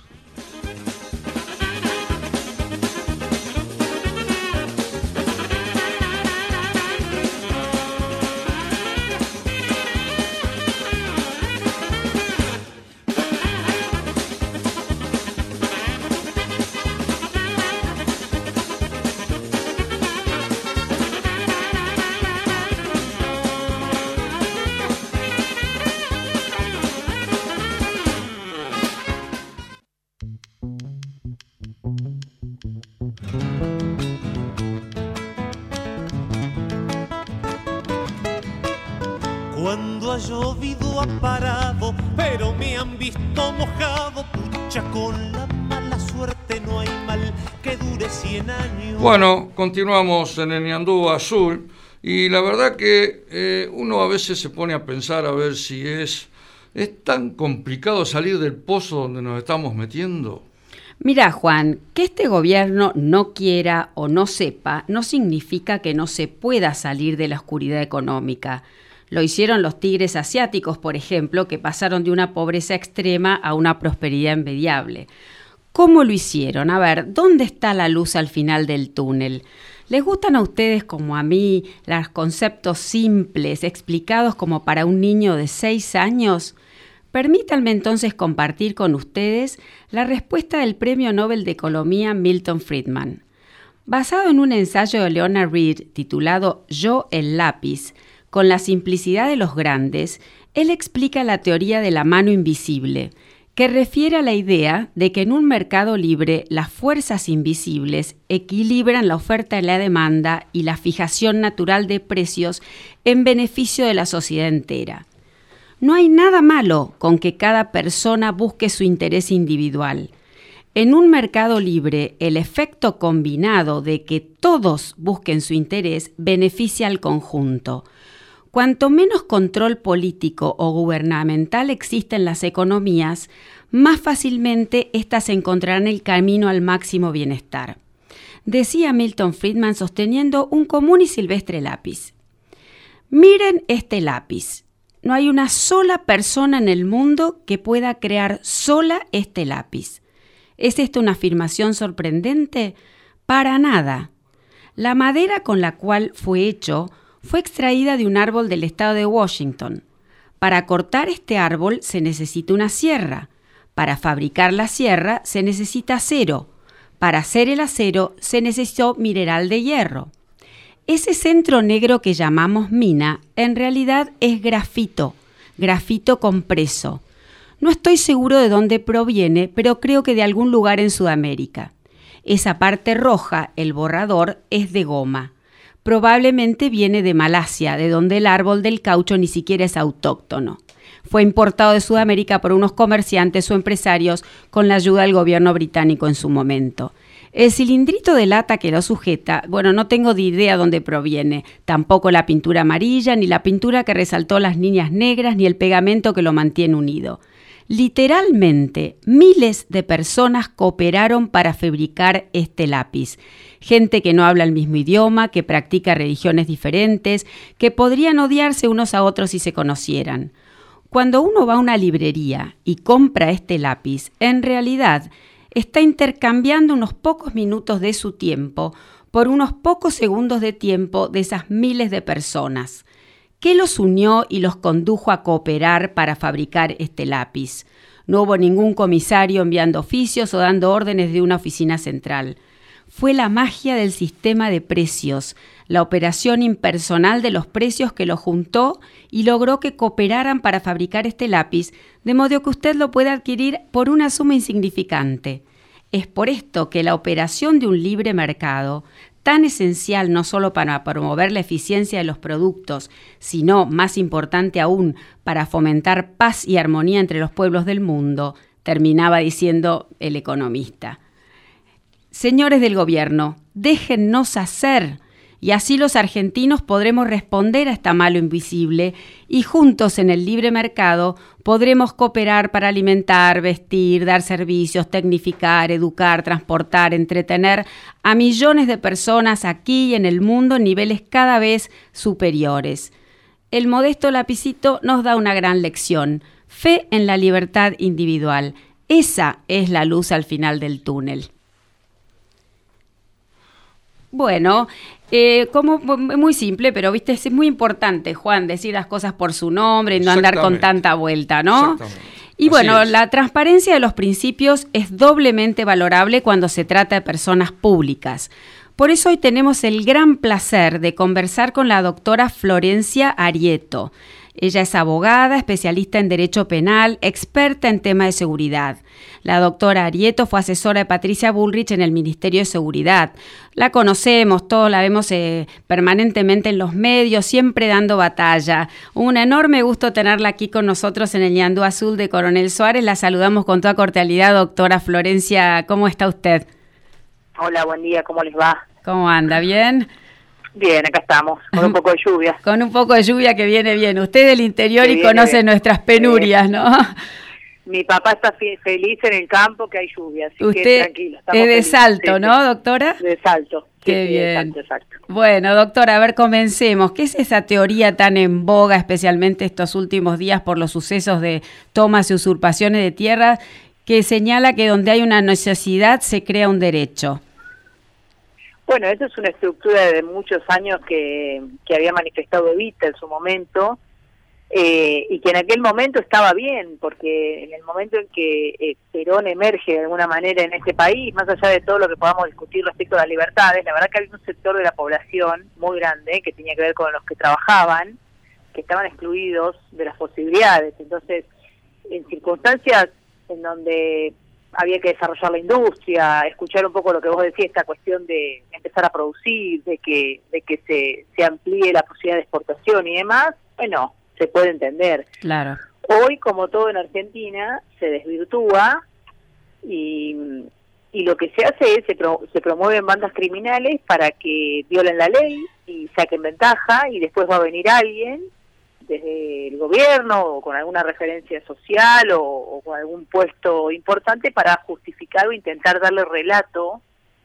Cuando ha llovido ha parado, pero me han visto mojado. Pucha, con la mala suerte no hay mal que dure cien años. Bueno, continuamos en el Ñandú Azul. Y la verdad que eh, uno a veces se pone a pensar a ver si es, es tan complicado salir del pozo donde nos estamos metiendo. Mira, Juan, que este gobierno no quiera o no sepa no significa que no se pueda salir de la oscuridad económica. Lo hicieron los tigres asiáticos, por ejemplo, que pasaron de una pobreza extrema a una prosperidad envidiable. ¿Cómo lo hicieron? A ver, ¿dónde está la luz al final del túnel? ¿Les gustan a ustedes como a mí los conceptos simples, explicados como para un niño de seis años? Permítanme entonces compartir con ustedes la respuesta del Premio Nobel de Economía Milton Friedman. Basado en un ensayo de Leonard Read titulado Yo el lápiz, con la simplicidad de los grandes, él explica la teoría de la mano invisible, que refiere a la idea de que en un mercado libre las fuerzas invisibles equilibran la oferta y la demanda y la fijación natural de precios en beneficio de la sociedad entera. No hay nada malo con que cada persona busque su interés individual. En un mercado libre, el efecto combinado de que todos busquen su interés beneficia al conjunto. Cuanto menos control político o gubernamental existe en las economías, más fácilmente éstas encontrarán el camino al máximo bienestar. Decía Milton Friedman sosteniendo un común y silvestre lápiz. Miren este lápiz. No hay una sola persona en el mundo que pueda crear sola este lápiz. ¿Es esta una afirmación sorprendente? Para nada. La madera con la cual fue hecho fue extraída de un árbol del estado de Washington. Para cortar este árbol se necesita una sierra. Para fabricar la sierra se necesita acero. Para hacer el acero se necesitó mineral de hierro. Ese centro negro que llamamos mina en realidad es grafito, grafito compreso. No estoy seguro de dónde proviene, pero creo que de algún lugar en Sudamérica. Esa parte roja, el borrador, es de goma. Probablemente viene de Malasia, de donde el árbol del caucho ni siquiera es autóctono. Fue importado de Sudamérica por unos comerciantes o empresarios con la ayuda del gobierno británico en su momento. El cilindrito de lata que lo sujeta, bueno, no tengo ni idea dónde proviene, tampoco la pintura amarilla, ni la pintura que resaltó las líneas negras, ni el pegamento que lo mantiene unido. Literalmente, miles de personas cooperaron para fabricar este lápiz. Gente que no habla el mismo idioma, que practica religiones diferentes, que podrían odiarse unos a otros si se conocieran. Cuando uno va a una librería y compra este lápiz, en realidad está intercambiando unos pocos minutos de su tiempo por unos pocos segundos de tiempo de esas miles de personas. ¿Qué los unió y los condujo a cooperar para fabricar este lápiz? No hubo ningún comisario enviando oficios o dando órdenes de una oficina central. Fue la magia del sistema de precios, la operación impersonal de los precios que lo juntó y logró que cooperaran para fabricar este lápiz, de modo que usted lo pueda adquirir por una suma insignificante. Es por esto que la operación de un libre mercado, tan esencial no solo para promover la eficiencia de los productos, sino, más importante aún, para fomentar paz y armonía entre los pueblos del mundo, terminaba diciendo el economista. Señores del gobierno, déjennos hacer, y así los argentinos podremos responder a esta mano invisible y juntos en el libre mercado podremos cooperar para alimentar, vestir, dar servicios, tecnificar, educar, transportar, entretener a millones de personas aquí y en el mundo en niveles cada vez superiores. El modesto lapicito nos da una gran lección: fe en la libertad individual. Esa es la luz al final del túnel. Bueno, eh, como muy simple, pero viste, es muy importante, Juan, decir las cosas por su nombre y no andar con tanta vuelta, ¿no? Y bueno, la transparencia de los principios es doblemente valorable cuando se trata de personas públicas. Por eso hoy tenemos el gran placer de conversar con la doctora Florencia Arieto. Ella es abogada, especialista en Derecho Penal, experta en temas de seguridad. La doctora Arieto fue asesora de Patricia Bullrich en el Ministerio de Seguridad. La conocemos, todos la vemos eh, permanentemente en los medios, siempre dando batalla. Un enorme gusto tenerla aquí con nosotros en el Ñandú Azul de Coronel Suárez. La saludamos con toda cordialidad, doctora Florencia. ¿Cómo está usted? Hola, buen día, ¿cómo les va? ¿Cómo anda? ¿Bien? Bien, acá estamos, con un poco de lluvia. Con un poco de lluvia que viene bien. Usted del interior que y conoce bien. Nuestras penurias, ¿no? Mi papá está feliz en el campo que hay lluvia, así Usted que tranquilo. Es de felices. Salto, sí, ¿no, sí. doctora? De Salto. Qué sí, bien. De Salto, exacto. Bueno, doctora, a ver, comencemos. ¿Qué es esa teoría tan en boga, especialmente estos últimos días por los sucesos de tomas y usurpaciones de tierras, que señala que donde hay una necesidad se crea un derecho? Bueno, esa es una estructura de muchos años que, que había manifestado Evita en su momento, eh, y que en aquel momento estaba bien, porque en el momento en que eh, Perón emerge de alguna manera en este país, más allá de todo lo que podamos discutir respecto a las libertades, la verdad que había un sector de la población muy grande que tenía que ver con los que trabajaban, que estaban excluidos de las posibilidades. Entonces, en circunstancias en donde había que desarrollar la industria, escuchar un poco lo que vos decías, esta cuestión de empezar a producir, de que de que se, se amplíe la posibilidad de exportación y demás, bueno, se puede entender. Claro. Hoy, como todo en Argentina, se desvirtúa y, y lo que se hace es, se, pro, se promueven bandas criminales para que violen la ley y saquen ventaja, y después va a venir alguien desde el gobierno o con alguna referencia social o, o con algún puesto importante para justificar o intentar darle relato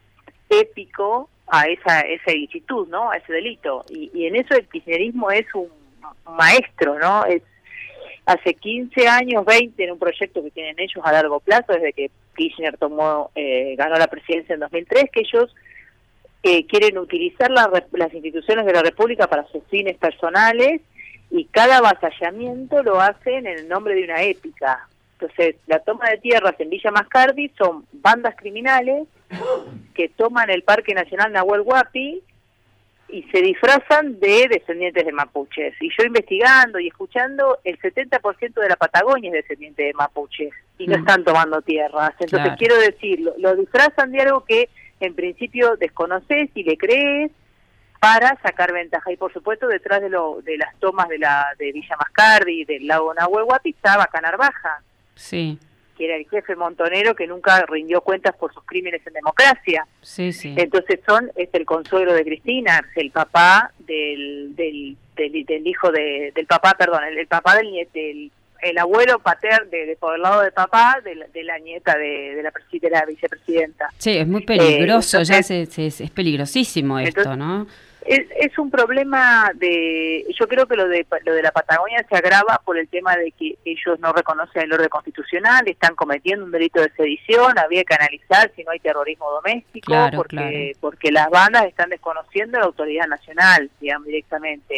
épico a esa esa ilicitud, ¿no? A ese delito. Y, y en eso el kirchnerismo es un, un maestro, ¿no? Es hace quince años, veinte, en un proyecto que tienen ellos a largo plazo, desde que Kirchner tomó eh, ganó la presidencia en dos mil tres, que ellos eh, quieren utilizar la, las instituciones de la República para sus fines personales, y cada avasallamiento lo hacen en el nombre de una épica. Entonces, la toma de tierras en Villa Mascardi son bandas criminales que toman el Parque Nacional Nahuel Huapi y se disfrazan de descendientes de mapuches. Y yo investigando y escuchando, el setenta por ciento de la Patagonia es descendiente de mapuches y no están tomando tierras. Entonces, claro, quiero decir, lo, lo disfrazan de algo que en principio desconoces y le crees, para sacar ventaja. Y por supuesto, detrás de lo de las tomas de la de Villa Mascardi y del lago Nahuel Huapi estaba Canarvaja, sí, que era el jefe montonero que nunca rindió cuentas por sus crímenes en democracia. Sí, sí. Entonces son es el consuegro de Cristina, el papá del del, del, del hijo de del papá, perdón, el, el papá del nieto, el, el abuelo pater de, de por el lado de papá de la, de la nieta de, de, la, de la vicepresidenta. Sí, es muy peligroso, eh, entonces, ya se, se, es peligrosísimo esto, entonces, ¿no? Es, es un problema de, yo creo que lo de lo de la Patagonia se agrava por el tema de que ellos no reconocen el orden constitucional, están cometiendo un delito de sedición, había que analizar si no hay terrorismo doméstico, claro, porque claro. porque las bandas están desconociendo la autoridad nacional, digamos, directamente.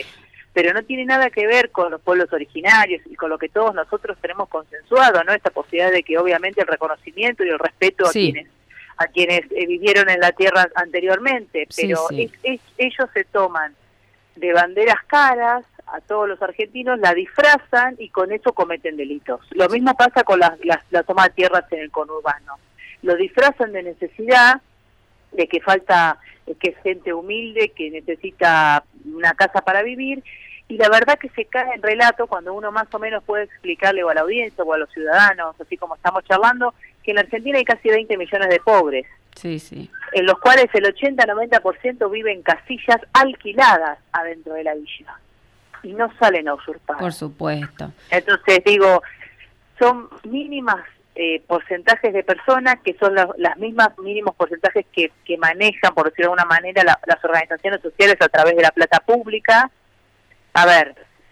pero no tiene nada que ver con los pueblos originarios y con lo que todos nosotros tenemos consensuado, ¿no? Esta posibilidad de que obviamente el reconocimiento y el respeto sí. a quienes a quienes eh, vivieron en la tierra anteriormente, pero sí, sí. Es, es, ellos se toman de banderas caras a todos los argentinos, la disfrazan y con eso cometen delitos. Lo mismo pasa con la, la, la toma de tierras en el conurbano. Lo disfrazan de necesidad, de que falta, que es gente humilde, que necesita una casa para vivir, y la verdad que se cae en relato cuando uno más o menos puede explicarle o a la audiencia o a los ciudadanos, así como estamos charlando, que en la Argentina hay casi veinte millones de pobres. Sí, sí. En los cuales el ochenta a noventa por ciento viven en casillas alquiladas adentro de la villa y no salen a usurpar. Por supuesto. Entonces digo, son mínimas eh, porcentajes de personas que son la, las mismas mínimos porcentajes que, que manejan, por decirlo de alguna manera, la, las organizaciones sociales a través de la plata pública. A ver,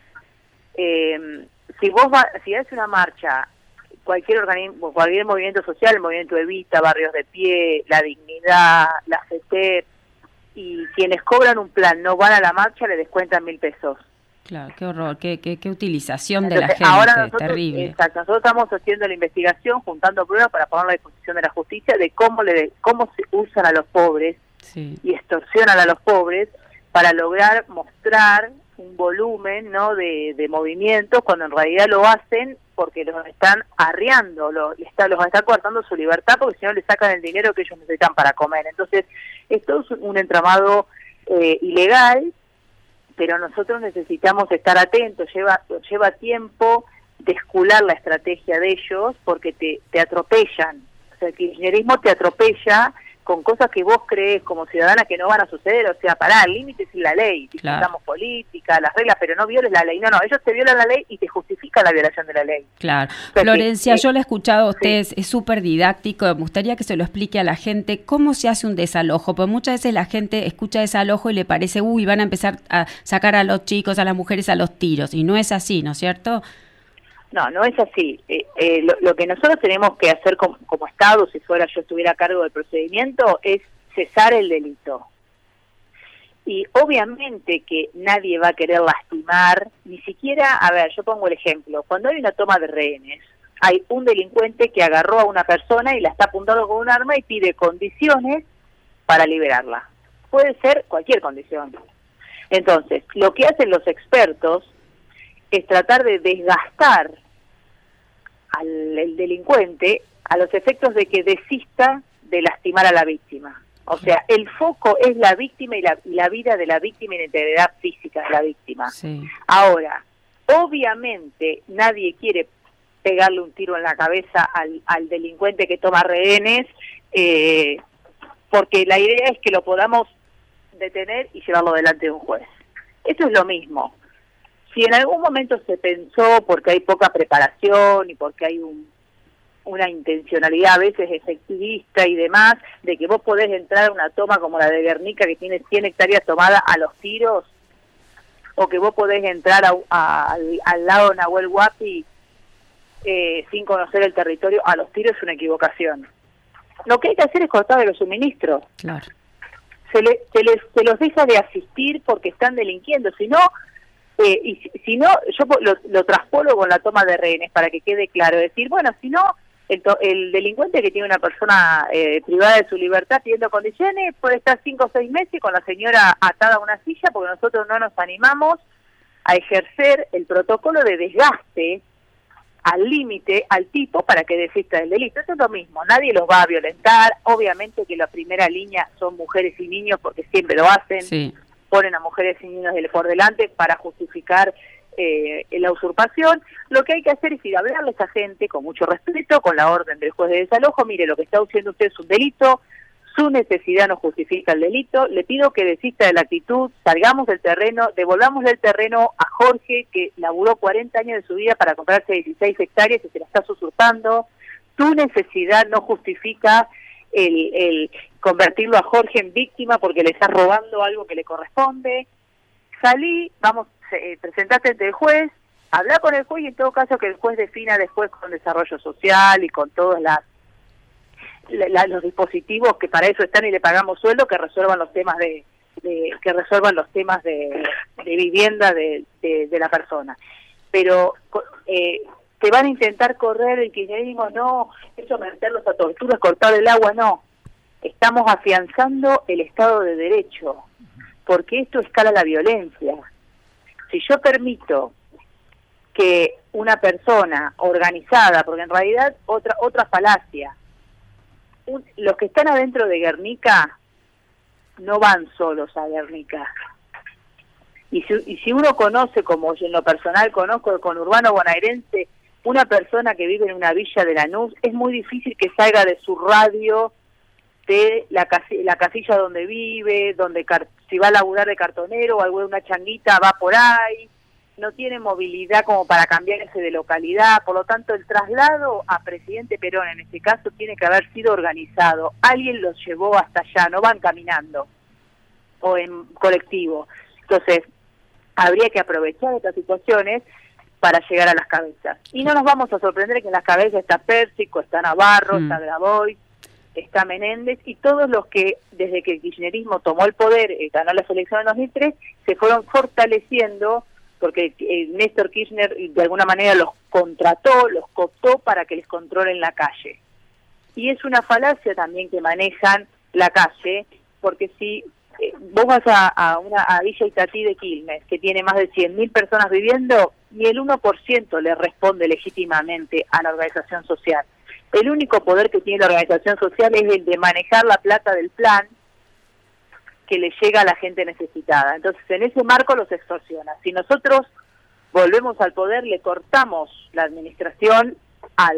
eh, si vos va, si haces una marcha, cualquier organismo, cualquier movimiento social, el movimiento Evita, Barrios de Pie, La Dignidad, la C T, y quienes cobran un plan no van a la marcha, le descuentan mil pesos. Claro, qué horror, qué, qué, qué utilización Entonces, de la gente, ahora nosotros, terrible. Exacto, nosotros estamos haciendo la investigación, juntando pruebas para ponerlo a disposición de la justicia de cómo le cómo se usan a los pobres sí. y extorsionan a los pobres para lograr mostrar un volumen, ¿no?, de, de movimientos, cuando en realidad lo hacen porque los están arriando, lo, está, los están cortando su libertad, porque si no le sacan el dinero que ellos necesitan para comer. Entonces, esto es un entramado eh, ilegal, pero nosotros necesitamos estar atentos, lleva, lleva tiempo descular la estrategia de ellos, porque te, te atropellan. O sea, el kirchnerismo te atropella con cosas que vos crees como ciudadana que no van a suceder, o sea, pará, el límite es la ley, discutamos claro. política, las reglas, pero no violes la ley. No, no, ellos te violan la ley y te justifican la violación de la ley. Claro. O sea, Florencia, que, yo le he escuchado a ustedes, sí. es súper didáctico, me gustaría que se lo explique a la gente cómo se hace un desalojo, porque muchas veces la gente escucha desalojo y le parece, uy, van a empezar a sacar a los chicos, a las mujeres a los tiros, y no es así, ¿no es cierto? No, no es así. Eh, eh, lo, lo que nosotros tenemos que hacer como, como Estado, si fuera yo estuviera a cargo del procedimiento, es cesar el delito. Y obviamente que nadie va a querer lastimar, ni siquiera, a ver, yo pongo el ejemplo, cuando hay una toma de rehenes, hay un delincuente que agarró a una persona y la está apuntando con un arma y pide condiciones para liberarla. Puede ser cualquier condición. Entonces, lo que hacen los expertos es tratar de desgastar al el delincuente a los efectos de que desista de lastimar a la víctima. O sea, el foco es la víctima y la, y la vida de la víctima y la integridad física de la víctima. Sí. Ahora, obviamente nadie quiere pegarle un tiro en la cabeza al, al delincuente que toma rehenes, eh, porque la idea es que lo podamos detener y llevarlo delante de un juez. Eso es lo mismo. Si en algún momento se pensó, porque hay poca preparación y porque hay un una intencionalidad a veces efectivista y demás, de que vos podés entrar a una toma como la de Guernica, que tiene cien hectáreas tomadas a los tiros, o que vos podés entrar a, a, al, al lado de Nahuel Huapi eh, sin conocer el territorio a los tiros, es una equivocación. Lo que hay que hacer es cortar de los suministros. Claro. Se, le, se, les, se los deja de asistir porque están delinquiendo, si no... Eh, y si, si no, yo lo, lo traspolo con la toma de rehenes para que quede claro, decir, bueno, si no, el, el delincuente que tiene una persona eh, privada de su libertad pidiendo condiciones puede estar cinco o seis meses con la señora atada a una silla porque nosotros no nos animamos a ejercer el protocolo de desgaste al límite al tipo para que desista del delito. Eso es lo mismo, nadie los va a violentar, obviamente que la primera línea son mujeres y niños porque siempre lo hacen. Sí. Ponen a mujeres y niños por delante para justificar eh, la usurpación. Lo que hay que hacer es ir a hablarle a esta gente con mucho respeto, con la orden del juez de desalojo. Mire, lo que está haciendo usted es un delito, su necesidad no justifica el delito, le pido que desista de la actitud, salgamos del terreno, devolvámosle el terreno a Jorge, que laburó cuarenta años de su vida para comprarse dieciséis hectáreas y se la estás usurpando. Tu necesidad no justifica El, el convertirlo a Jorge en víctima porque le estás robando algo que le corresponde. Salí, vamos, eh, presentate ante el juez, habla con el juez y en todo caso que el juez defina después con desarrollo social y con todos las, la, la, los dispositivos que para eso están y le pagamos sueldo, que resuelvan los temas de, de, que resuelvan los temas de, de vivienda de, de, de la persona. Pero eh, te van a intentar correr el kirchnerismo, no, eso meterlos a torturas, cortar el agua, no. Estamos afianzando el Estado de Derecho, porque esto escala la violencia. Si yo permito que una persona organizada, porque en realidad otra otra falacia, un, los que están adentro de Guernica no van solos a Guernica. Y si, y si uno conoce, como yo en lo personal conozco el conurbano bonaerense, una persona que vive en una villa de Lanús, es muy difícil que salga de su radio, de la, casi, la casilla donde vive, donde car si va a laburar de cartonero o alguna changuita va por ahí, no tiene movilidad como para cambiarse de localidad, por lo tanto el traslado a Presidente Perón en este caso tiene que haber sido organizado, alguien los llevó hasta allá, no van caminando o en colectivo. Entonces habría que aprovechar estas situaciones para llegar a las cabezas. Y no nos vamos a sorprender que en las cabezas está Pérsico, está Navarro, mm. está Grabois, está Menéndez y todos los que desde que el kirchnerismo tomó el poder, eh, ganó la elecciones en dos mil tres, se fueron fortaleciendo porque eh, Néstor Kirchner de alguna manera los contrató, los cooptó para que les controlen la calle. Y es una falacia también que manejan la calle, porque si eh, vos vas a, a una a Villa Itatí de Quilmes, que tiene más de cien mil personas viviendo, ni el uno por ciento le responde legítimamente a la organización social. El único poder que tiene la organización social es el de manejar la plata del plan que le llega a la gente necesitada. Entonces, en ese marco los extorsiona. Si nosotros volvemos al poder, le cortamos la administración, al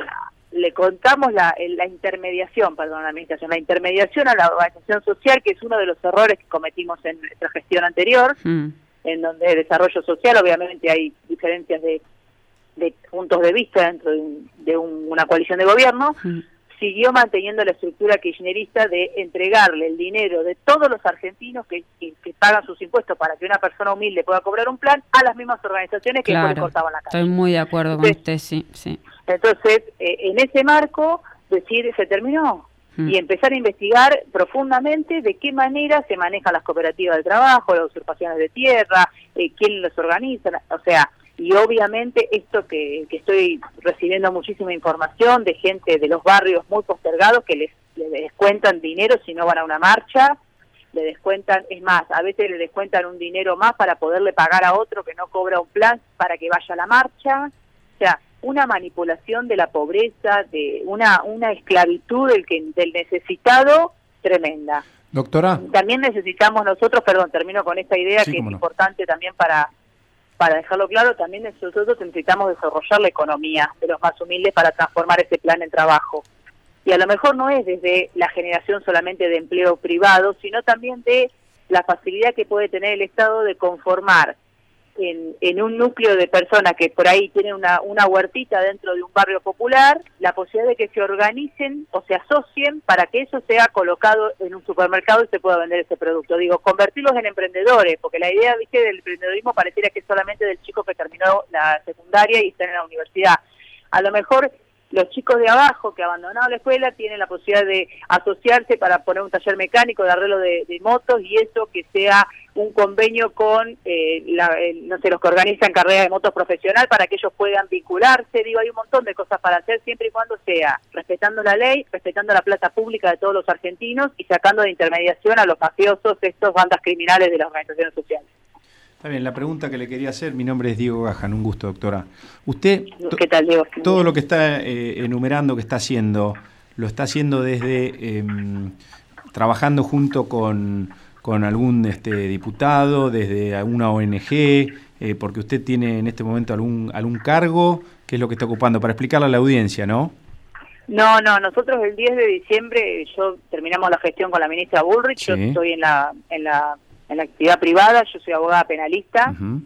le cortamos la, la intermediación, perdón, la administración, la intermediación a la organización social, que es uno de los errores que cometimos en nuestra gestión anterior, mm. en donde el desarrollo social, obviamente hay diferencias de de puntos de vista dentro de, un, de un, una coalición de gobierno, mm. siguió manteniendo la estructura kirchnerista de entregarle el dinero de todos los argentinos que, que, que pagan sus impuestos para que una persona humilde pueda cobrar un plan a las mismas organizaciones que claro, después le cortaban la calle. Estoy muy de acuerdo entonces, con usted, sí. sí. Entonces, eh, en ese marco, decir, se terminó. Mm. Y empezar a investigar profundamente de qué manera se manejan las cooperativas de trabajo, las usurpaciones de tierra, eh, quién los organiza, o sea... Y obviamente esto que, que estoy recibiendo muchísima información de gente de los barrios muy postergados que les, les descuentan dinero si no van a una marcha, le descuentan, es más, a veces le descuentan un dinero más para poderle pagar a otro que no cobra un plan para que vaya a la marcha. O sea, una manipulación de la pobreza, de una, una esclavitud del, que, del necesitado tremenda. Doctora. También necesitamos nosotros, perdón, termino con esta idea sí, que es no. importante también para... Para dejarlo claro, también nosotros necesitamos desarrollar la economía de los más humildes para transformar ese plan en trabajo. Y a lo mejor no es desde la generación solamente de empleo privado, sino también de la facilidad que puede tener el Estado de conformar en, en un núcleo de personas que por ahí tienen una, una huertita dentro de un barrio popular, la posibilidad de que se organicen o se asocien para que eso sea colocado en un supermercado y se pueda vender ese producto. Digo, convertirlos en emprendedores, porque la idea, viste, del emprendedorismo pareciera que es solamente del chico que terminó la secundaria y está en la universidad. A lo mejor los chicos de abajo que abandonaron la escuela tienen la posibilidad de asociarse para poner un taller mecánico de arreglo de, de motos y eso que sea un convenio con, eh, la, eh, no sé, los que organizan carreras de motos profesional para que ellos puedan vincularse. Digo, hay un montón de cosas para hacer siempre y cuando sea respetando la ley, respetando la plata pública de todos los argentinos y sacando de intermediación a los mafiosos, estos bandas criminales de las organizaciones sociales. Está bien, la pregunta que le quería hacer, mi nombre es Diego Gajan, un gusto, doctora. Usted, ¿qué tal, Diego? Todo lo que está eh, enumerando que está haciendo, lo está haciendo desde eh, trabajando junto con, con algún este, diputado, desde alguna O N G, eh, porque usted tiene en este momento algún, algún cargo, ¿qué es lo que está ocupando? Para explicarle a la audiencia, ¿no? No, no, nosotros el diez de diciembre, yo terminamos la gestión con la ministra Bullrich, sí. Yo estoy en la... En la en la actividad privada, yo soy abogada penalista, uh-huh.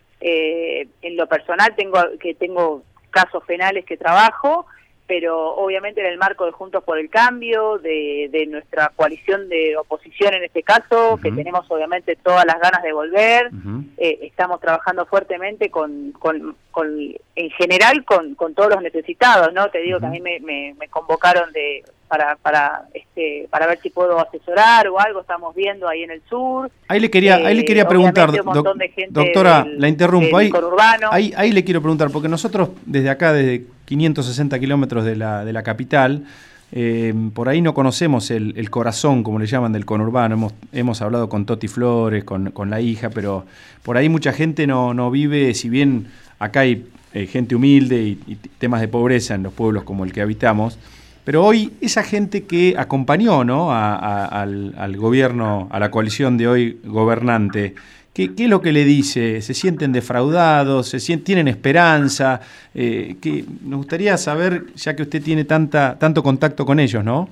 eh, en lo personal tengo que tengo casos penales que trabajo, pero obviamente en el marco de Juntos por el Cambio, de, de nuestra coalición de oposición en este caso, uh-huh. que tenemos obviamente todas las ganas de volver, uh-huh. eh, estamos trabajando fuertemente con, con, con en general con, con todos los necesitados, ¿no? Te digo uh-huh. que a mí me, me, me convocaron de para para este para ver si puedo asesorar o algo. Estamos viendo ahí en el sur. Ahí le quería, eh, ahí le quería preguntar, un montón doc, de gente doctora, del, la interrumpo. Ahí, conurbano. ahí, ahí le quiero preguntar, porque nosotros desde acá, desde quinientos sesenta kilómetros de la, de la capital, eh, por ahí no conocemos el, el corazón, como le llaman, del conurbano. Hemos, hemos hablado con Toti Flores, con, con la hija, pero por ahí mucha gente no, no vive, si bien acá hay eh, gente humilde y, y temas de pobreza en los pueblos como el que habitamos, pero hoy esa gente que acompañó, ¿no?, a, a, al, al gobierno, a la coalición de hoy gobernante, ¿qué, qué es lo que le dice? ¿Se sienten defraudados? ¿Se sienten, tienen esperanza? Eh, que nos gustaría saber, ya que usted tiene tanta tanto contacto con ellos, ¿no?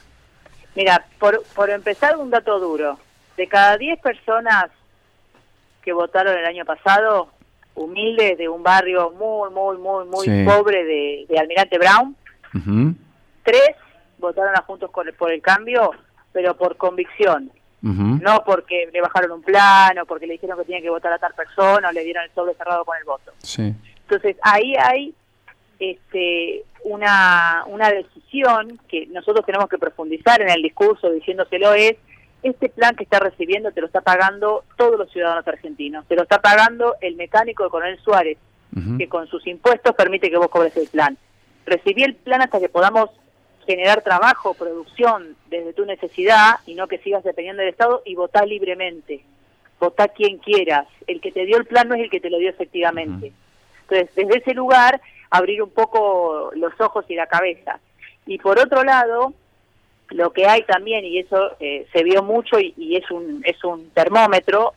Mira, por, por empezar, un dato duro. De cada diez personas que votaron el año pasado, humildes, de un barrio muy, muy, muy, muy Sí. pobre de, de Almirante Brown, Uh-huh. tres votaron a Juntos con el- por el Cambio, pero por convicción. Uh-huh. No porque le bajaron un plano, porque le dijeron que tenía que votar a tal persona, o le dieron el sobre cerrado con el voto. Sí. Entonces, ahí hay este, una, una decisión que nosotros tenemos que profundizar en el discurso, diciéndoselo es, este plan que está recibiendo te lo está pagando todos los ciudadanos argentinos, te lo está pagando el mecánico de Coronel Suárez, Uh-huh. que con sus impuestos permite que vos cobres el plan. Recibí el plan hasta que podamos generar trabajo, producción desde tu necesidad y no que sigas dependiendo del Estado, y votá libremente. Votá quien quieras. El que te dio el plan no es el que te lo dio efectivamente. Uh-huh. Entonces, desde ese lugar, abrir un poco los ojos y la cabeza. Y por otro lado, lo que hay también, y eso eh, se vio mucho y, y es un es un termómetro,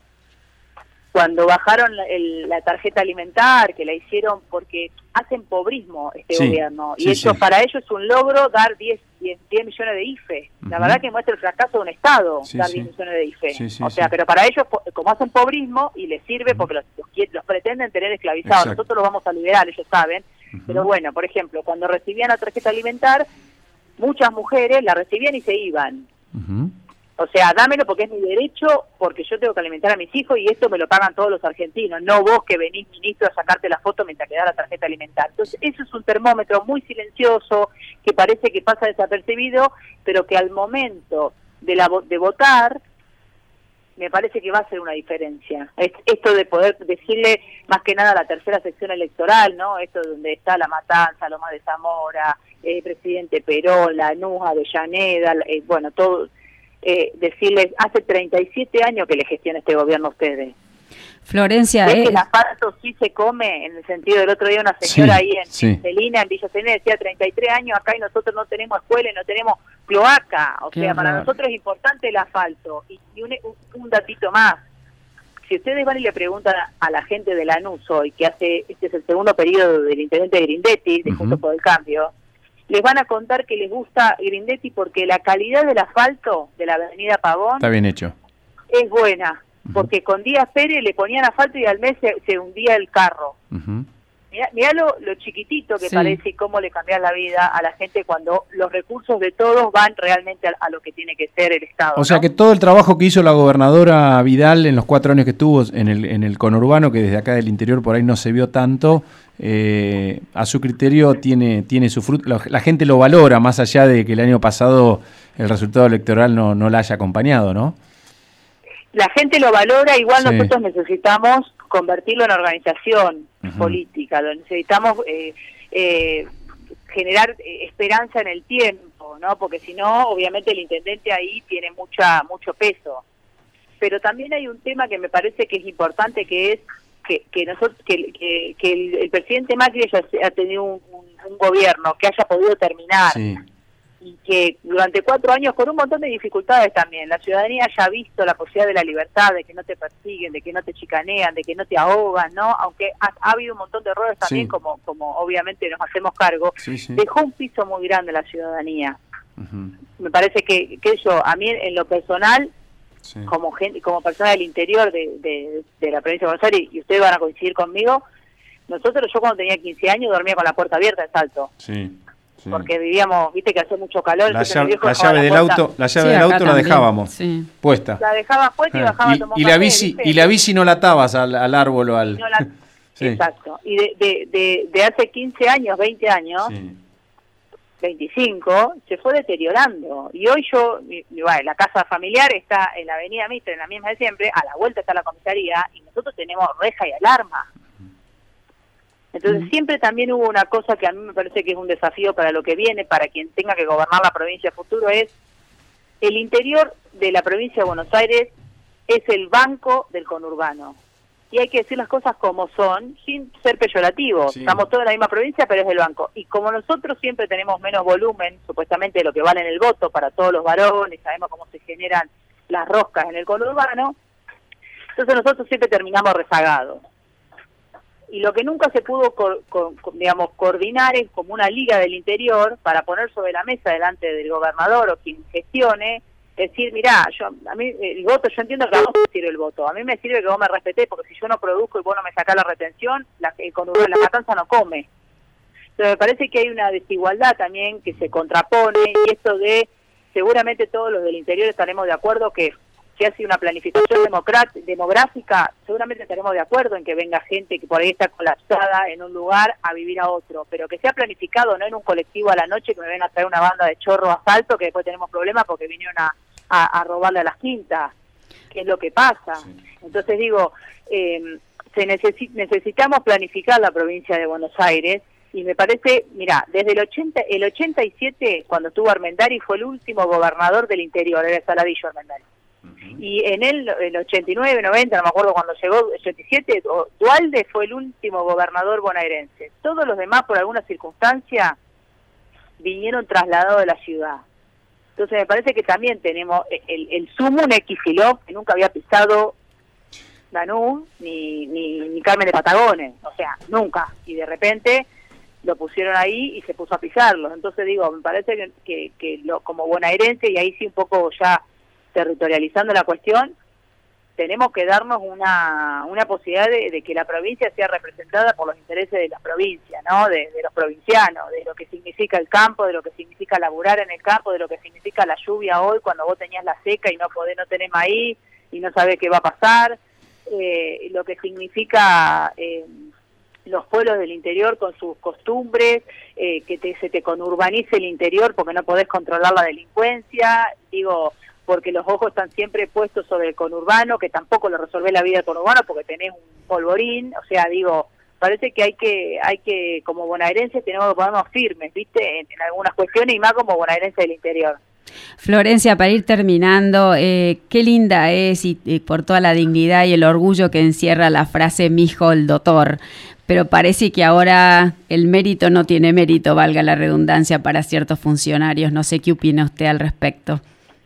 cuando bajaron la, el, la tarjeta alimentar, que la hicieron porque hacen pobrismo este Sí, gobierno, y sí, eso sí. para ellos es un logro dar diez, diez, diez millones de I F E. La Ujú. verdad que muestra el fracaso de un Estado, Sí, dar sí. diez millones de I F E. Sí, sí, o sea, sí. pero para ellos, po- como hacen pobrismo, y les sirve porque los, los, qui- los pretenden tener esclavizados. Exacto. Nosotros los vamos a liberar, ellos saben. Ujú. Pero bueno, por ejemplo, cuando recibían la tarjeta alimentar, muchas mujeres la recibían y se iban. Uh-huh. O sea, dámelo porque es mi derecho, porque yo tengo que alimentar a mis hijos y esto me lo pagan todos los argentinos, no vos que venís, ministro, a sacarte la foto mientras te da la tarjeta alimentar. Entonces, eso es un termómetro muy silencioso, que parece que pasa desapercibido, pero que al momento de, la, vo- de votar, me parece que va a hacer una diferencia. Es, esto de poder decirle más que nada a la tercera sección electoral, ¿no? Esto donde está La Matanza, Loma de Zamora, eh, Presidente Perón, Lanús, Avellaneda, eh, bueno, todo... Eh, decirles, hace treinta y siete años que le gestiona este gobierno a ustedes. Florencia, ¿Ves que eh, el asfalto sí se come? En el sentido del otro día una señora Sí, ahí en, sí. en Celina, en Villa Celina, decía treinta y tres años acá y nosotros no tenemos escuela y no tenemos cloaca. O Qué sea, para horror. nosotros es importante el asfalto. Y, y un, un, un datito más. Si ustedes van y le preguntan a, a la gente de Lanús hoy, que hace este es el segundo periodo del intendente Grindetti, de Ujú. Juntos por el Cambio, les van a contar que les gusta Grindetti porque la calidad del asfalto de la avenida Pavón Está bien hecho. es buena, porque con Díaz Pérez le ponían asfalto y al mes se, se hundía el carro. Uh-huh. Mirá, mirá lo, lo chiquitito que Sí. parece y cómo le cambian la vida a la gente cuando los recursos de todos van realmente a, a lo que tiene que ser el Estado. O sea ¿no? que todo el trabajo que hizo la gobernadora Vidal en los cuatro años que estuvo en el, en el conurbano, que desde acá del interior por ahí no se vio tanto, eh, a su criterio tiene, tiene su fruto. La, la gente lo valora, más allá de que el año pasado el resultado electoral no, no la haya acompañado, ¿no? La gente lo valora, igual Sí. nosotros necesitamos convertirlo en organización Ujú. política, lo necesitamos eh, eh, generar eh, esperanza en el tiempo, ¿no? Porque si no, obviamente el intendente ahí tiene mucha mucho peso. Pero también hay un tema que me parece que es importante, que es que, que nosotros que, que, que el, el presidente Macri haya, ha tenido un, un, un gobierno que haya podido terminar. Sí. Y que durante cuatro años, con un montón de dificultades también, la ciudadanía haya visto la posibilidad de la libertad, de que no te persiguen, de que no te chicanean, de que no te ahogan, ¿no? Aunque ha, ha habido un montón de errores también, Sí. como como obviamente nos hacemos cargo, Sí, sí. dejó un piso muy grande a la ciudadanía. Ujú. Me parece que, que yo, a mí en lo personal, Sí. como gente, como persona del interior de, de, de la provincia de Buenos Aires, y ustedes van a coincidir conmigo, nosotros, yo cuando tenía quince años dormía con la puerta abierta en Salto. Sí. Sí. Porque vivíamos, viste que hace mucho calor. La entonces mi llave, viejo la dejaba llave del puerta- auto, la llave Sí, del acá auto la también. dejábamos Sí. puesta. La dejaba puesta y bajaba a Y, tomar y la café, bici ¿viste? y la bici no la atabas al, al árbol o al. No la- Sí. Exacto. Y de, de, de, de hace quince años, veinte años, Sí. veinticinco, se fue deteriorando. Y hoy yo, mi, mi, bueno, la casa familiar está en la avenida Mitre, en la misma de siempre, a la vuelta está la comisaría, y nosotros tenemos reja y alarma. Entonces mm. siempre también hubo una cosa que a mí me parece que es un desafío para lo que viene, para quien tenga que gobernar la provincia a futuro, es el interior de la provincia de Buenos Aires es el banco del conurbano. Y hay que decir las cosas como son, sin ser peyorativos. Sí. Estamos todos en la misma provincia, pero es el banco. Y como nosotros siempre tenemos menos volumen, supuestamente de lo que vale en el voto para todos los varones, sabemos cómo se generan las roscas en el conurbano, entonces nosotros siempre terminamos rezagados. Y lo que nunca se pudo, co co digamos, coordinar es como una liga del interior para poner sobre la mesa delante del gobernador o quien gestione, decir, mirá, yo, a mí el voto, yo entiendo que a vos te sirve el voto, a mí me sirve que vos me respetés, porque si yo no produzco y vos no me sacás la retención, la, el conurbano, la matanza no come. Entonces me parece que hay una desigualdad también que se contrapone, y esto de, seguramente todos los del interior estaremos de acuerdo que si hace una planificación demográfica, seguramente estaremos de acuerdo en que venga gente que por ahí está colapsada en un lugar a vivir a otro, pero que sea planificado, no en un colectivo a la noche que me venga a traer una banda de chorro a asalto, que después tenemos problemas porque vinieron a A, a robarle a las quintas, que es lo que pasa. Sí. Entonces digo, eh, se necesi necesitamos planificar la provincia de Buenos Aires, y me parece, mira, desde el ochenta, el ochenta y siete, cuando estuvo Armendari, fue el último gobernador del interior, era Saladillo Armendari. Uh-huh. Y en el, el ochenta y nueve, noventa, no me acuerdo cuando llegó, ochenta y siete, Duhalde fue el último gobernador bonaerense. Todos los demás, por alguna circunstancia, vinieron trasladados de la ciudad. Entonces me parece que también tenemos el, el sumo, un Kicillof que nunca había pisado Lanús ni, ni, ni Carmen de Patagones, o sea, nunca. Y de repente lo pusieron ahí y se puso a pisarlos. Entonces digo, me parece que, que, que lo, como bonaerense, y ahí sí un poco ya territorializando la cuestión, tenemos que darnos una, una posibilidad de, de que la provincia sea representada por los intereses de la provincia, ¿no? De, de los provincianos, de lo que significa el campo, de lo que significa laburar en el campo, de lo que significa la lluvia hoy cuando vos tenías la seca y no podés, no tenés maíz y no sabés qué va a pasar, eh, lo que significa eh, los pueblos del interior con sus costumbres, eh, que te, se te conurbanice el interior porque no podés controlar la delincuencia, digo, porque los ojos están siempre puestos sobre el conurbano, que tampoco lo resolvé la vida del conurbano porque tenés un polvorín, o sea, digo, parece que hay que, hay que como bonaerenses tenemos que ponernos firmes, ¿viste? En, en algunas cuestiones, y más como bonaerenses del interior. Florencia, para ir terminando, eh, qué linda es, y, y por toda la dignidad y el orgullo que encierra la frase "mijo el doctor", pero parece que ahora el mérito no tiene mérito, valga la redundancia, para ciertos funcionarios. No sé qué opina usted al respecto.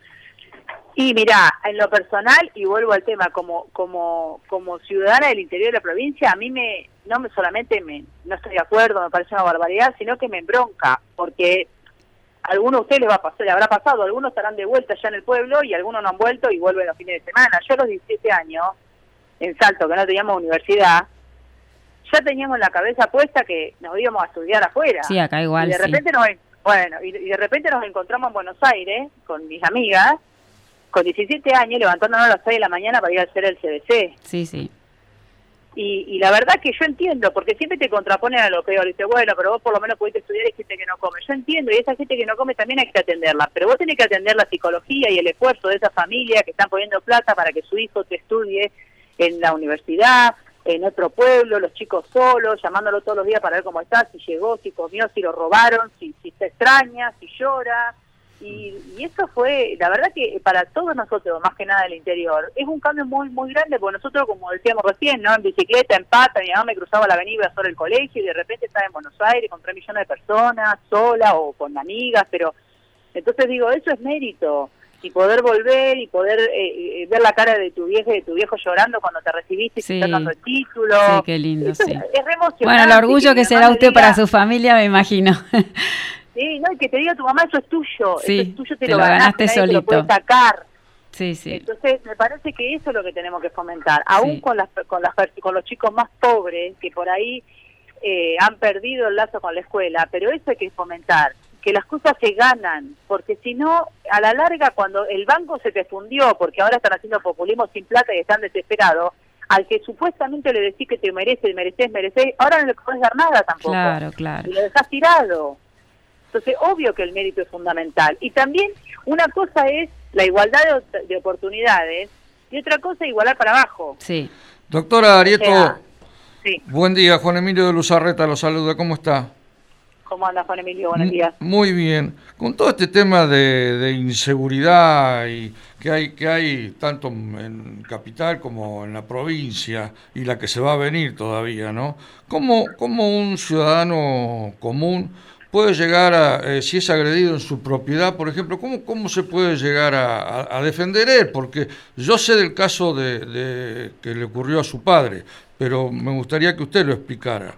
Y mirá, en lo personal, y vuelvo al tema, como como como ciudadana del interior de la provincia, a mí me no me solamente me no estoy de acuerdo, me parece una barbaridad, sino que me embronca, porque a algunos de ustedes les va a pasar, le habrá pasado, algunos estarán de vuelta ya en el pueblo y algunos no han vuelto y vuelven los fines de semana. Yo a los diecisiete años, en Salto, que no teníamos universidad, ya teníamos en la cabeza puesta que nos íbamos a estudiar afuera. Sí, acá igual, y de repente sí. nos, bueno, y, y de repente nos encontramos en Buenos Aires con mis amigas, con diecisiete años, levantándonos a las seis de la mañana para ir a hacer el C B C. Sí, sí. Y, y la verdad que yo entiendo, porque siempre te contraponen a lo peor. Dice, bueno, pero vos por lo menos pudiste estudiar, y hay gente que no come. Yo entiendo, y esa gente que no come también hay que atenderla. Pero vos tenés que atender la psicología y el esfuerzo de esa familia que están poniendo plata para que su hijo te estudie en la universidad, en otro pueblo, los chicos solos, llamándolo todos los días para ver cómo está, si llegó, si comió, si lo robaron, si, si se extraña, si llora. Y, y eso fue, la verdad que para todos nosotros, más que nada del interior, es un cambio muy muy grande, porque nosotros, como decíamos recién, no en bicicleta, en pata, mi mamá me cruzaba la avenida sobre el colegio y de repente estaba en Buenos Aires con tres millones de personas, sola o con amigas, pero entonces digo, eso es mérito, y poder volver y poder eh, ver la cara de tu vieja y de tu viejo llorando cuando te recibiste y sí. te están dando el título. Sí, qué lindo, eso sí. Es, es re emocionante. Bueno, el orgullo que, que será usted diga, para su familia, me imagino. Sí, no, y que te diga tu mamá, eso es tuyo, sí, eso es tuyo, te, te lo, lo ganaste, ganaste solito. Te lo puedes sacar. Sí, sí. Entonces, me parece que eso es lo que tenemos que fomentar, aún sí. con las con las con los chicos más pobres que por ahí eh, han perdido el lazo con la escuela, pero eso hay que fomentar, que las cosas se ganan, porque si no, a la larga, cuando el banco se te fundió, porque ahora están haciendo populismo sin plata y están desesperados, al que supuestamente le decís que te mereces, mereces, mereces, ahora no le podés dar nada tampoco. Claro, claro. Y lo dejás tirado. Entonces, obvio que el mérito es fundamental. Y también una cosa es la igualdad de, de oportunidades y otra cosa es igualar para abajo. Sí. Doctora Arrieto, O sea, sí. Buen día. Juan Emilio de Luzarreta lo saluda. ¿Cómo está? ¿Cómo anda, Juan Emilio? Buenos días. Muy bien. Con todo este tema de, de inseguridad y que hay que hay tanto en capital como en la provincia y la que se va a venir todavía, ¿no? ¿Cómo, cómo un ciudadano común puede llegar a, eh, si es agredido en su propiedad, por ejemplo, cómo, cómo se puede llegar a, a, a defender él? Porque yo sé del caso de, de que le ocurrió a su padre, pero me gustaría que usted lo explicara.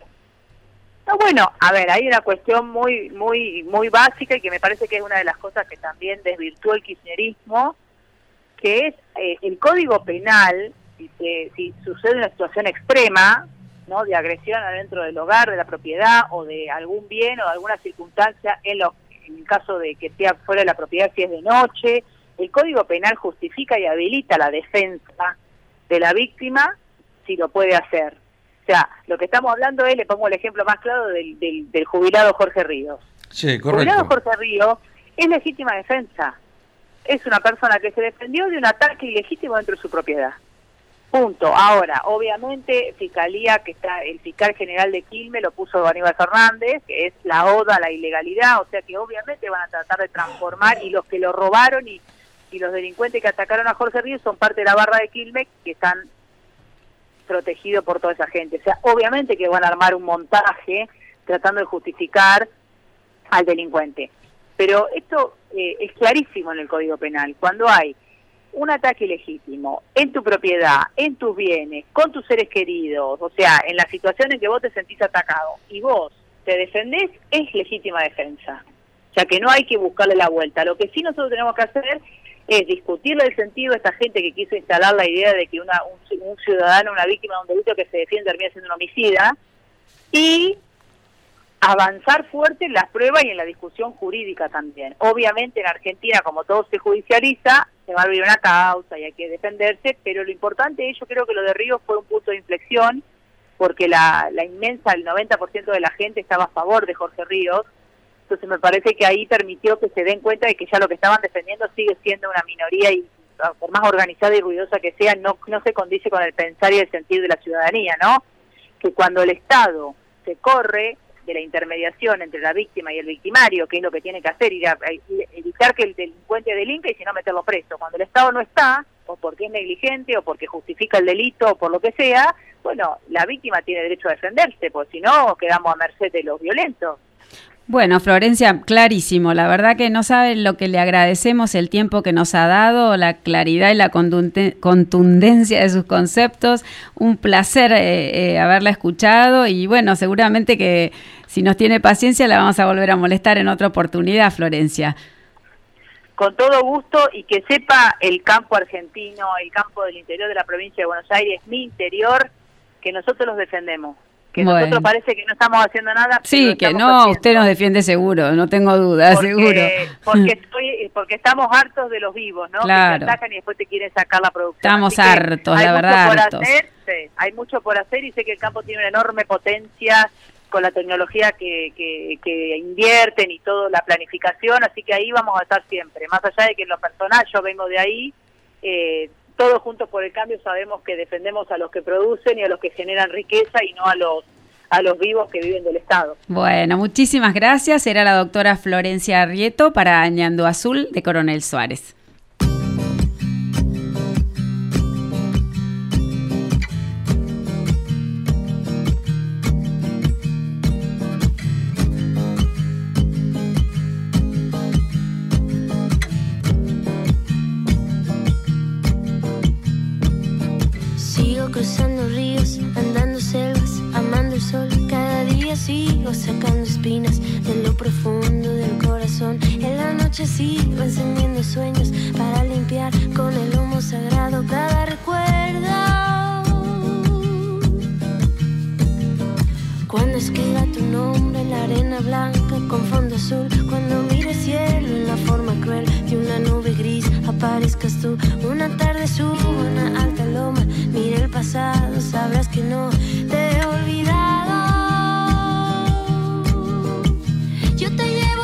No, bueno, a ver, hay una cuestión muy muy muy básica y que me parece que es una de las cosas que también desvirtuó el kirchnerismo, que es eh, el Código Penal, si, se, si sucede una situación extrema, ¿no?, de agresión adentro del hogar, de la propiedad o de algún bien o de alguna circunstancia, en, lo, en el caso de que sea fuera de la propiedad si es de noche, el Código Penal justifica y habilita la defensa de la víctima si lo puede hacer. O sea, lo que estamos hablando es, le pongo el ejemplo más claro del, del, del jubilado Jorge Ríos. Sí, correcto. El jubilado Jorge Ríos es legítima defensa. Es una persona que se defendió de un ataque ilegítimo dentro de su propiedad. Punto. Ahora, obviamente, Fiscalía, que está el fiscal general de Quilmes, lo puso Aníbal Fernández, que es la oda a la ilegalidad, o sea que obviamente van a tratar de transformar, y los que lo robaron y, y los delincuentes que atacaron a Jorge Ríos son parte de la barra de Quilmes, que están protegido por toda esa gente. O sea, obviamente que van a armar un montaje tratando de justificar al delincuente. Pero esto eh, es clarísimo en el Código Penal. Cuando hay un ataque ilegítimo en tu propiedad, en tus bienes, con tus seres queridos, o sea, en la situación en que vos te sentís atacado y vos te defendés, es legítima defensa. O sea, que no hay que buscarle la vuelta. Lo que sí nosotros tenemos que hacer es discutirle el sentido a esta gente que quiso instalar la idea de que una, un, un ciudadano, una víctima de un delito que se defiende termina siendo un homicida, y avanzar fuerte en las pruebas y en la discusión jurídica también. Obviamente en Argentina, como todo se judicializa, se va a abrir una causa y hay que defenderse, pero lo importante, yo creo que lo de Ríos fue un punto de inflexión, porque la, la inmensa, el noventa por ciento de la gente estaba a favor de Jorge Ríos. Entonces me parece que ahí permitió que se den cuenta de que ya lo que estaban defendiendo sigue siendo una minoría y por más organizada y ruidosa que sea, no, no se condice con el pensar y el sentir de la ciudadanía, ¿no? Que cuando el Estado se corre de la intermediación entre la víctima y el victimario, que es lo que tiene que hacer, ir a, a evitar que el delincuente delinque y si no meterlo preso. Cuando el Estado no está, o porque es negligente, o porque justifica el delito, o por lo que sea, bueno, la víctima tiene derecho a defenderse, porque si no quedamos a merced de los violentos. Bueno, Florencia, clarísimo. La verdad que no saben lo que le agradecemos, el tiempo que nos ha dado, la claridad y la contundencia de sus conceptos. Un placer eh, eh, haberla escuchado y bueno, seguramente que si nos tiene paciencia la vamos a volver a molestar en otra oportunidad, Florencia. Con todo gusto, y que sepa el campo argentino, el campo del interior de la provincia de Buenos Aires, mi interior, que nosotros los defendemos. Que bueno. Nosotros parece que no estamos haciendo nada. Sí, que no, haciendo. Usted nos defiende seguro, no tengo duda, porque, seguro. Porque, estoy, porque estamos hartos de los vivos, ¿no? Claro. Que te atacan y después te quieren sacar la producción. Estamos hartos, la verdad, por hartos. Hacer, sí, hay mucho por hacer y sé que el campo tiene una enorme potencia con la tecnología que, que, que invierten y toda la planificación, así que ahí vamos a estar siempre. Más allá de que en lo personal yo vengo de ahí, eh, todos juntos por el cambio sabemos que defendemos a los que producen y a los que generan riqueza y no a los a los vivos que viven del Estado. Bueno, muchísimas gracias. Era la doctora Florencia Arrieto para Ñandú Azul de Coronel Suárez. Sigo cruzando ríos, andando selvas, amando el sol. Cada día sigo sacando espinas de lo profundo del corazón. En la noche sigo encendiendo sueños para limpiar con el humo sagrado cada recuerdo. Cuando escriba tu nombre en la arena blanca con fondo azul, cuando mire el cielo en la forma cruel de una nube gris, aparezcas tú. Una tarde subo una alta loma, mire el pasado, sabrás que no te he olvidado. Yo te llevo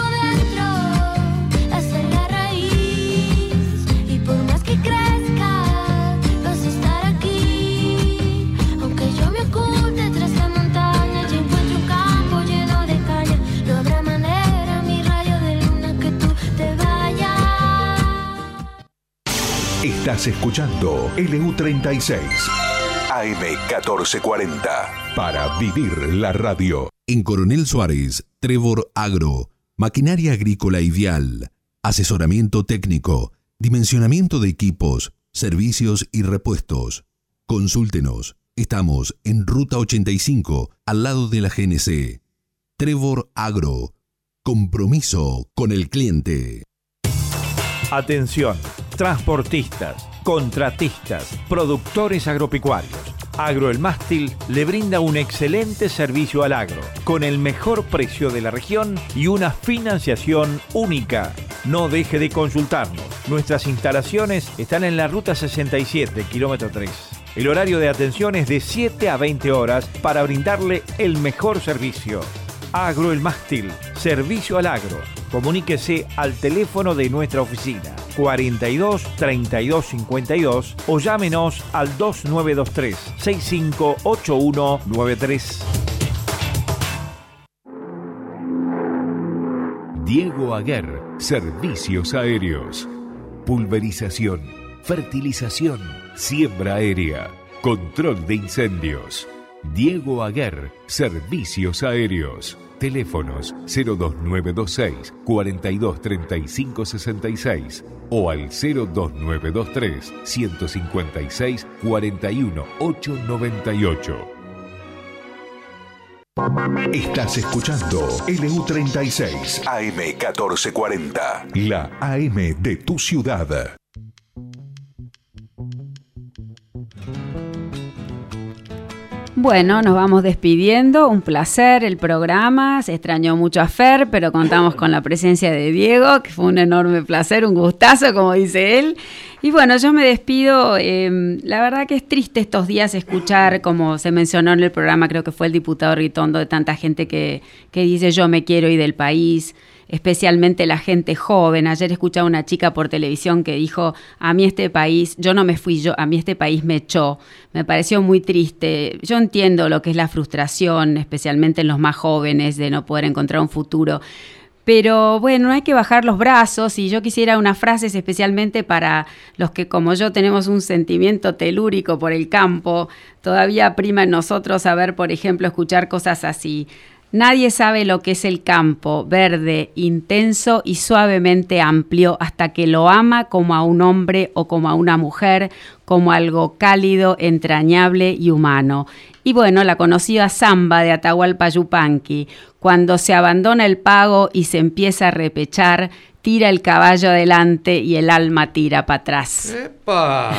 Estás escuchando L U treinta y seis, A M catorce cuarenta, para vivir la radio. En Coronel Suárez, Trevor Agro, maquinaria agrícola y vial, asesoramiento técnico, dimensionamiento de equipos, servicios y repuestos. Consúltenos. Estamos en Ruta ochenta y cinco, al lado de la G N C. Trevor Agro. Compromiso con el cliente. Atención, transportistas, contratistas, productores agropecuarios. Agro El Mástil le brinda un excelente servicio al agro, con el mejor precio de la región y una financiación única. No deje de consultarnos. Nuestras instalaciones están en la ruta sesenta y siete, kilómetro tres. El horario de atención es de siete a veinte horas para brindarle el mejor servicio. Agro El Mástil, servicio al agro. Comuníquese al teléfono de nuestra oficina cuarenta y dos, treinta y dos, cincuenta y dos o llámenos al dos nueve dos tres, seis cinco ocho uno nueve tres. Diego Aguer, Servicios Aéreos. Pulverización, fertilización, siembra aérea, control de incendios. Diego Aguer, Servicios Aéreos. Teléfonos cero dos nueve dos seis, cuarenta y dos, treinta y cinco, sesenta y seis o al cero dos nueve dos tres, ciento cincuenta y seis, cuarenta y uno, ochocientos noventa y ocho. Estás escuchando L U treinta y seis, A M catorce cuarenta, la A M de tu ciudad. Bueno, nos vamos despidiendo, un placer el programa, se extrañó mucho a Fer, pero contamos con la presencia de Diego, que fue un enorme placer, un gustazo, como dice él. Y bueno, yo me despido, eh, la verdad que es triste estos días escuchar, como se mencionó en el programa, creo que fue el diputado Ritondo, de tanta gente que, que dice yo me quiero ir del país, especialmente la gente joven. Ayer escuchaba una chica por televisión que dijo, a mí este país, yo no me fui yo, a mí este país me echó. Me pareció muy triste. Yo entiendo lo que es la frustración, especialmente en los más jóvenes, de no poder encontrar un futuro. Pero bueno, no hay que bajar los brazos, y yo quisiera unas frases especialmente para los que como yo tenemos un sentimiento telúrico por el campo. Todavía prima en nosotros saber, por ejemplo, escuchar cosas así. Nadie sabe lo que es el campo, verde, intenso y suavemente amplio, hasta que lo ama como a un hombre o como a una mujer, como algo cálido, entrañable y humano. Y bueno, la conocida samba de Atahualpa Yupanqui, cuando se abandona el pago y se empieza a repechar, tira el caballo adelante y el alma tira para atrás. ¡Epa!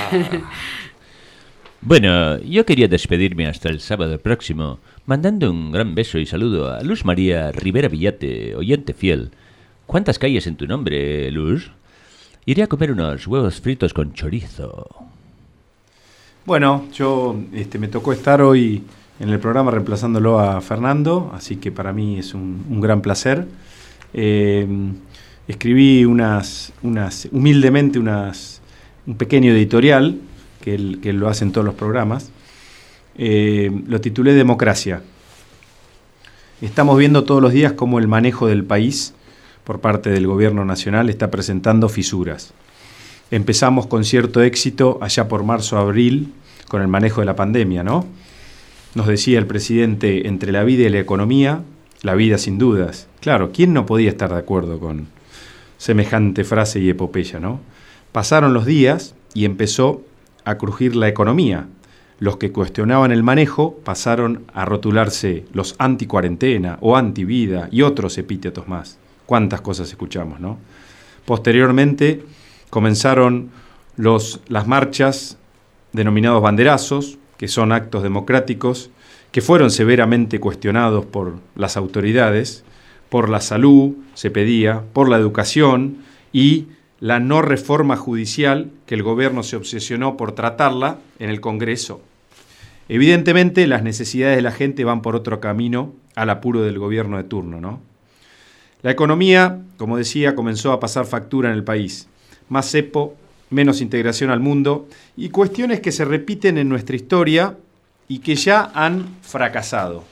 Bueno, yo quería despedirme hasta el sábado próximo, mandando un gran beso y saludo a Luz María Rivera Villate, oyente fiel. ¿Cuántas calles en tu nombre, Luz? Iré a comer unos huevos fritos con chorizo. Bueno, yo este, me tocó estar hoy en el programa reemplazándolo a Fernando, así que para mí es un, un gran placer. Eh, escribí unas, unas humildemente unas, un pequeño editorial, que él, que él lo hace en todos los programas. Eh, lo titulé Democracia. Estamos viendo todos los días cómo el manejo del país por parte del gobierno nacional está presentando fisuras. Empezamos con cierto éxito allá por marzo-abril con el manejo de la pandemia, ¿no? Nos decía el presidente, entre la vida y la economía, la vida sin dudas. Claro, ¿quién no podía estar de acuerdo con semejante frase y epopeya, ¿no? Pasaron los días y empezó a crujir la economía. Los que cuestionaban el manejo pasaron a rotularse los anti-cuarentena o anti-vida y otros epítetos más. Cuántas cosas escuchamos, ¿no? Posteriormente comenzaron los, las marchas denominados banderazos, que son actos democráticos, que fueron severamente cuestionados por las autoridades, por la salud, se pedía, por la educación y la no reforma judicial, que el gobierno se obsesionó por tratarla en el Congreso. Evidentemente, las necesidades de la gente van por otro camino al apuro del gobierno de turno, ¿no? La economía, como decía, comenzó a pasar factura en el país. Más cepo, menos integración al mundo y cuestiones que se repiten en nuestra historia y que ya han fracasado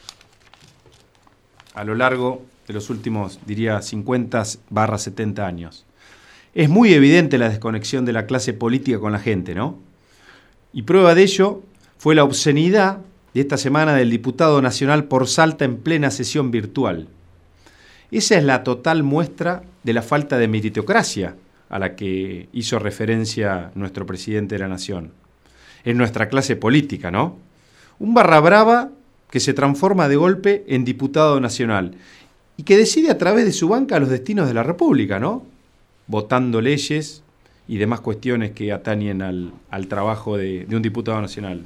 a lo largo de los últimos, diría, cincuenta barra setenta años. Es muy evidente la desconexión de la clase política con la gente, ¿no? Y prueba de ello fue la obscenidad de esta semana del diputado nacional por Salta en plena sesión virtual. Esa es la total muestra de la falta de meritocracia a la que hizo referencia nuestro presidente de la Nación. En nuestra clase política, ¿no? Un barra brava que se transforma de golpe en diputado nacional y que decide a través de su banca los destinos de la República, ¿no? Votando leyes y demás cuestiones que atañen al, al trabajo de, de un diputado nacional.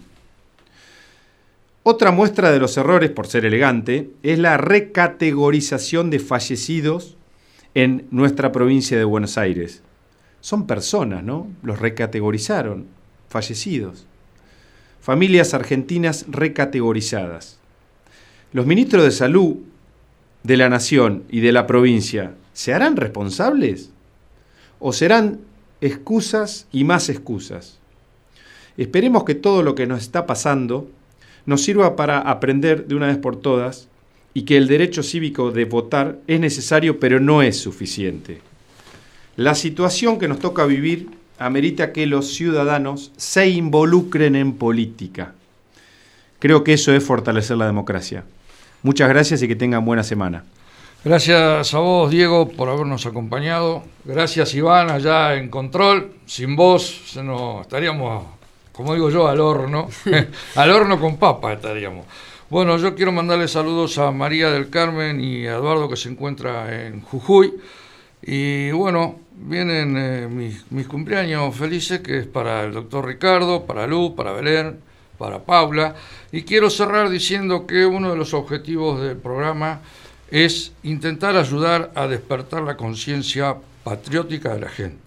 Otra muestra de los errores, por ser elegante, es la recategorización de fallecidos en nuestra provincia de Buenos Aires. Son personas, ¿no? Los recategorizaron, fallecidos. Familias argentinas recategorizadas. Los ministros de Salud de la Nación y de la provincia, ¿se harán responsables? ¿O serán excusas y más excusas? Esperemos que todo lo que nos está pasando nos sirva para aprender de una vez por todas y que el derecho cívico de votar es necesario, pero no es suficiente. La situación que nos toca vivir amerita que los ciudadanos se involucren en política. Creo que eso es fortalecer la democracia. Muchas gracias y que tengan buena semana. Gracias a vos, Diego, por habernos acompañado. Gracias, Iván, allá en Control. Sin vos se nos estaríamos, como digo yo, al horno. Al horno con papa estaríamos. Bueno, yo quiero mandarle saludos a María del Carmen y a Eduardo, que se encuentra en Jujuy. Y bueno, vienen eh, mis, mis cumpleaños felices, que es para el doctor Ricardo, para Lu, para Belén, para Paula. Y quiero cerrar diciendo que uno de los objetivos del programa es intentar ayudar a despertar la conciencia patriótica de la gente.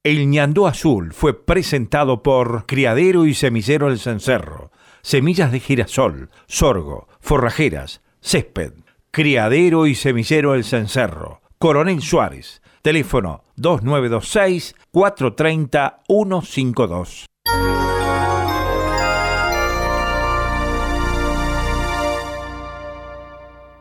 El ñandú azul fue presentado por Criadero y Semillero El Cencerro. Semillas de girasol, sorgo, forrajeras, césped. Criadero y Semillero El Cencerro. Coronel Suárez. Teléfono dos nueve dos seis, cuatro tres cero, uno cinco dos.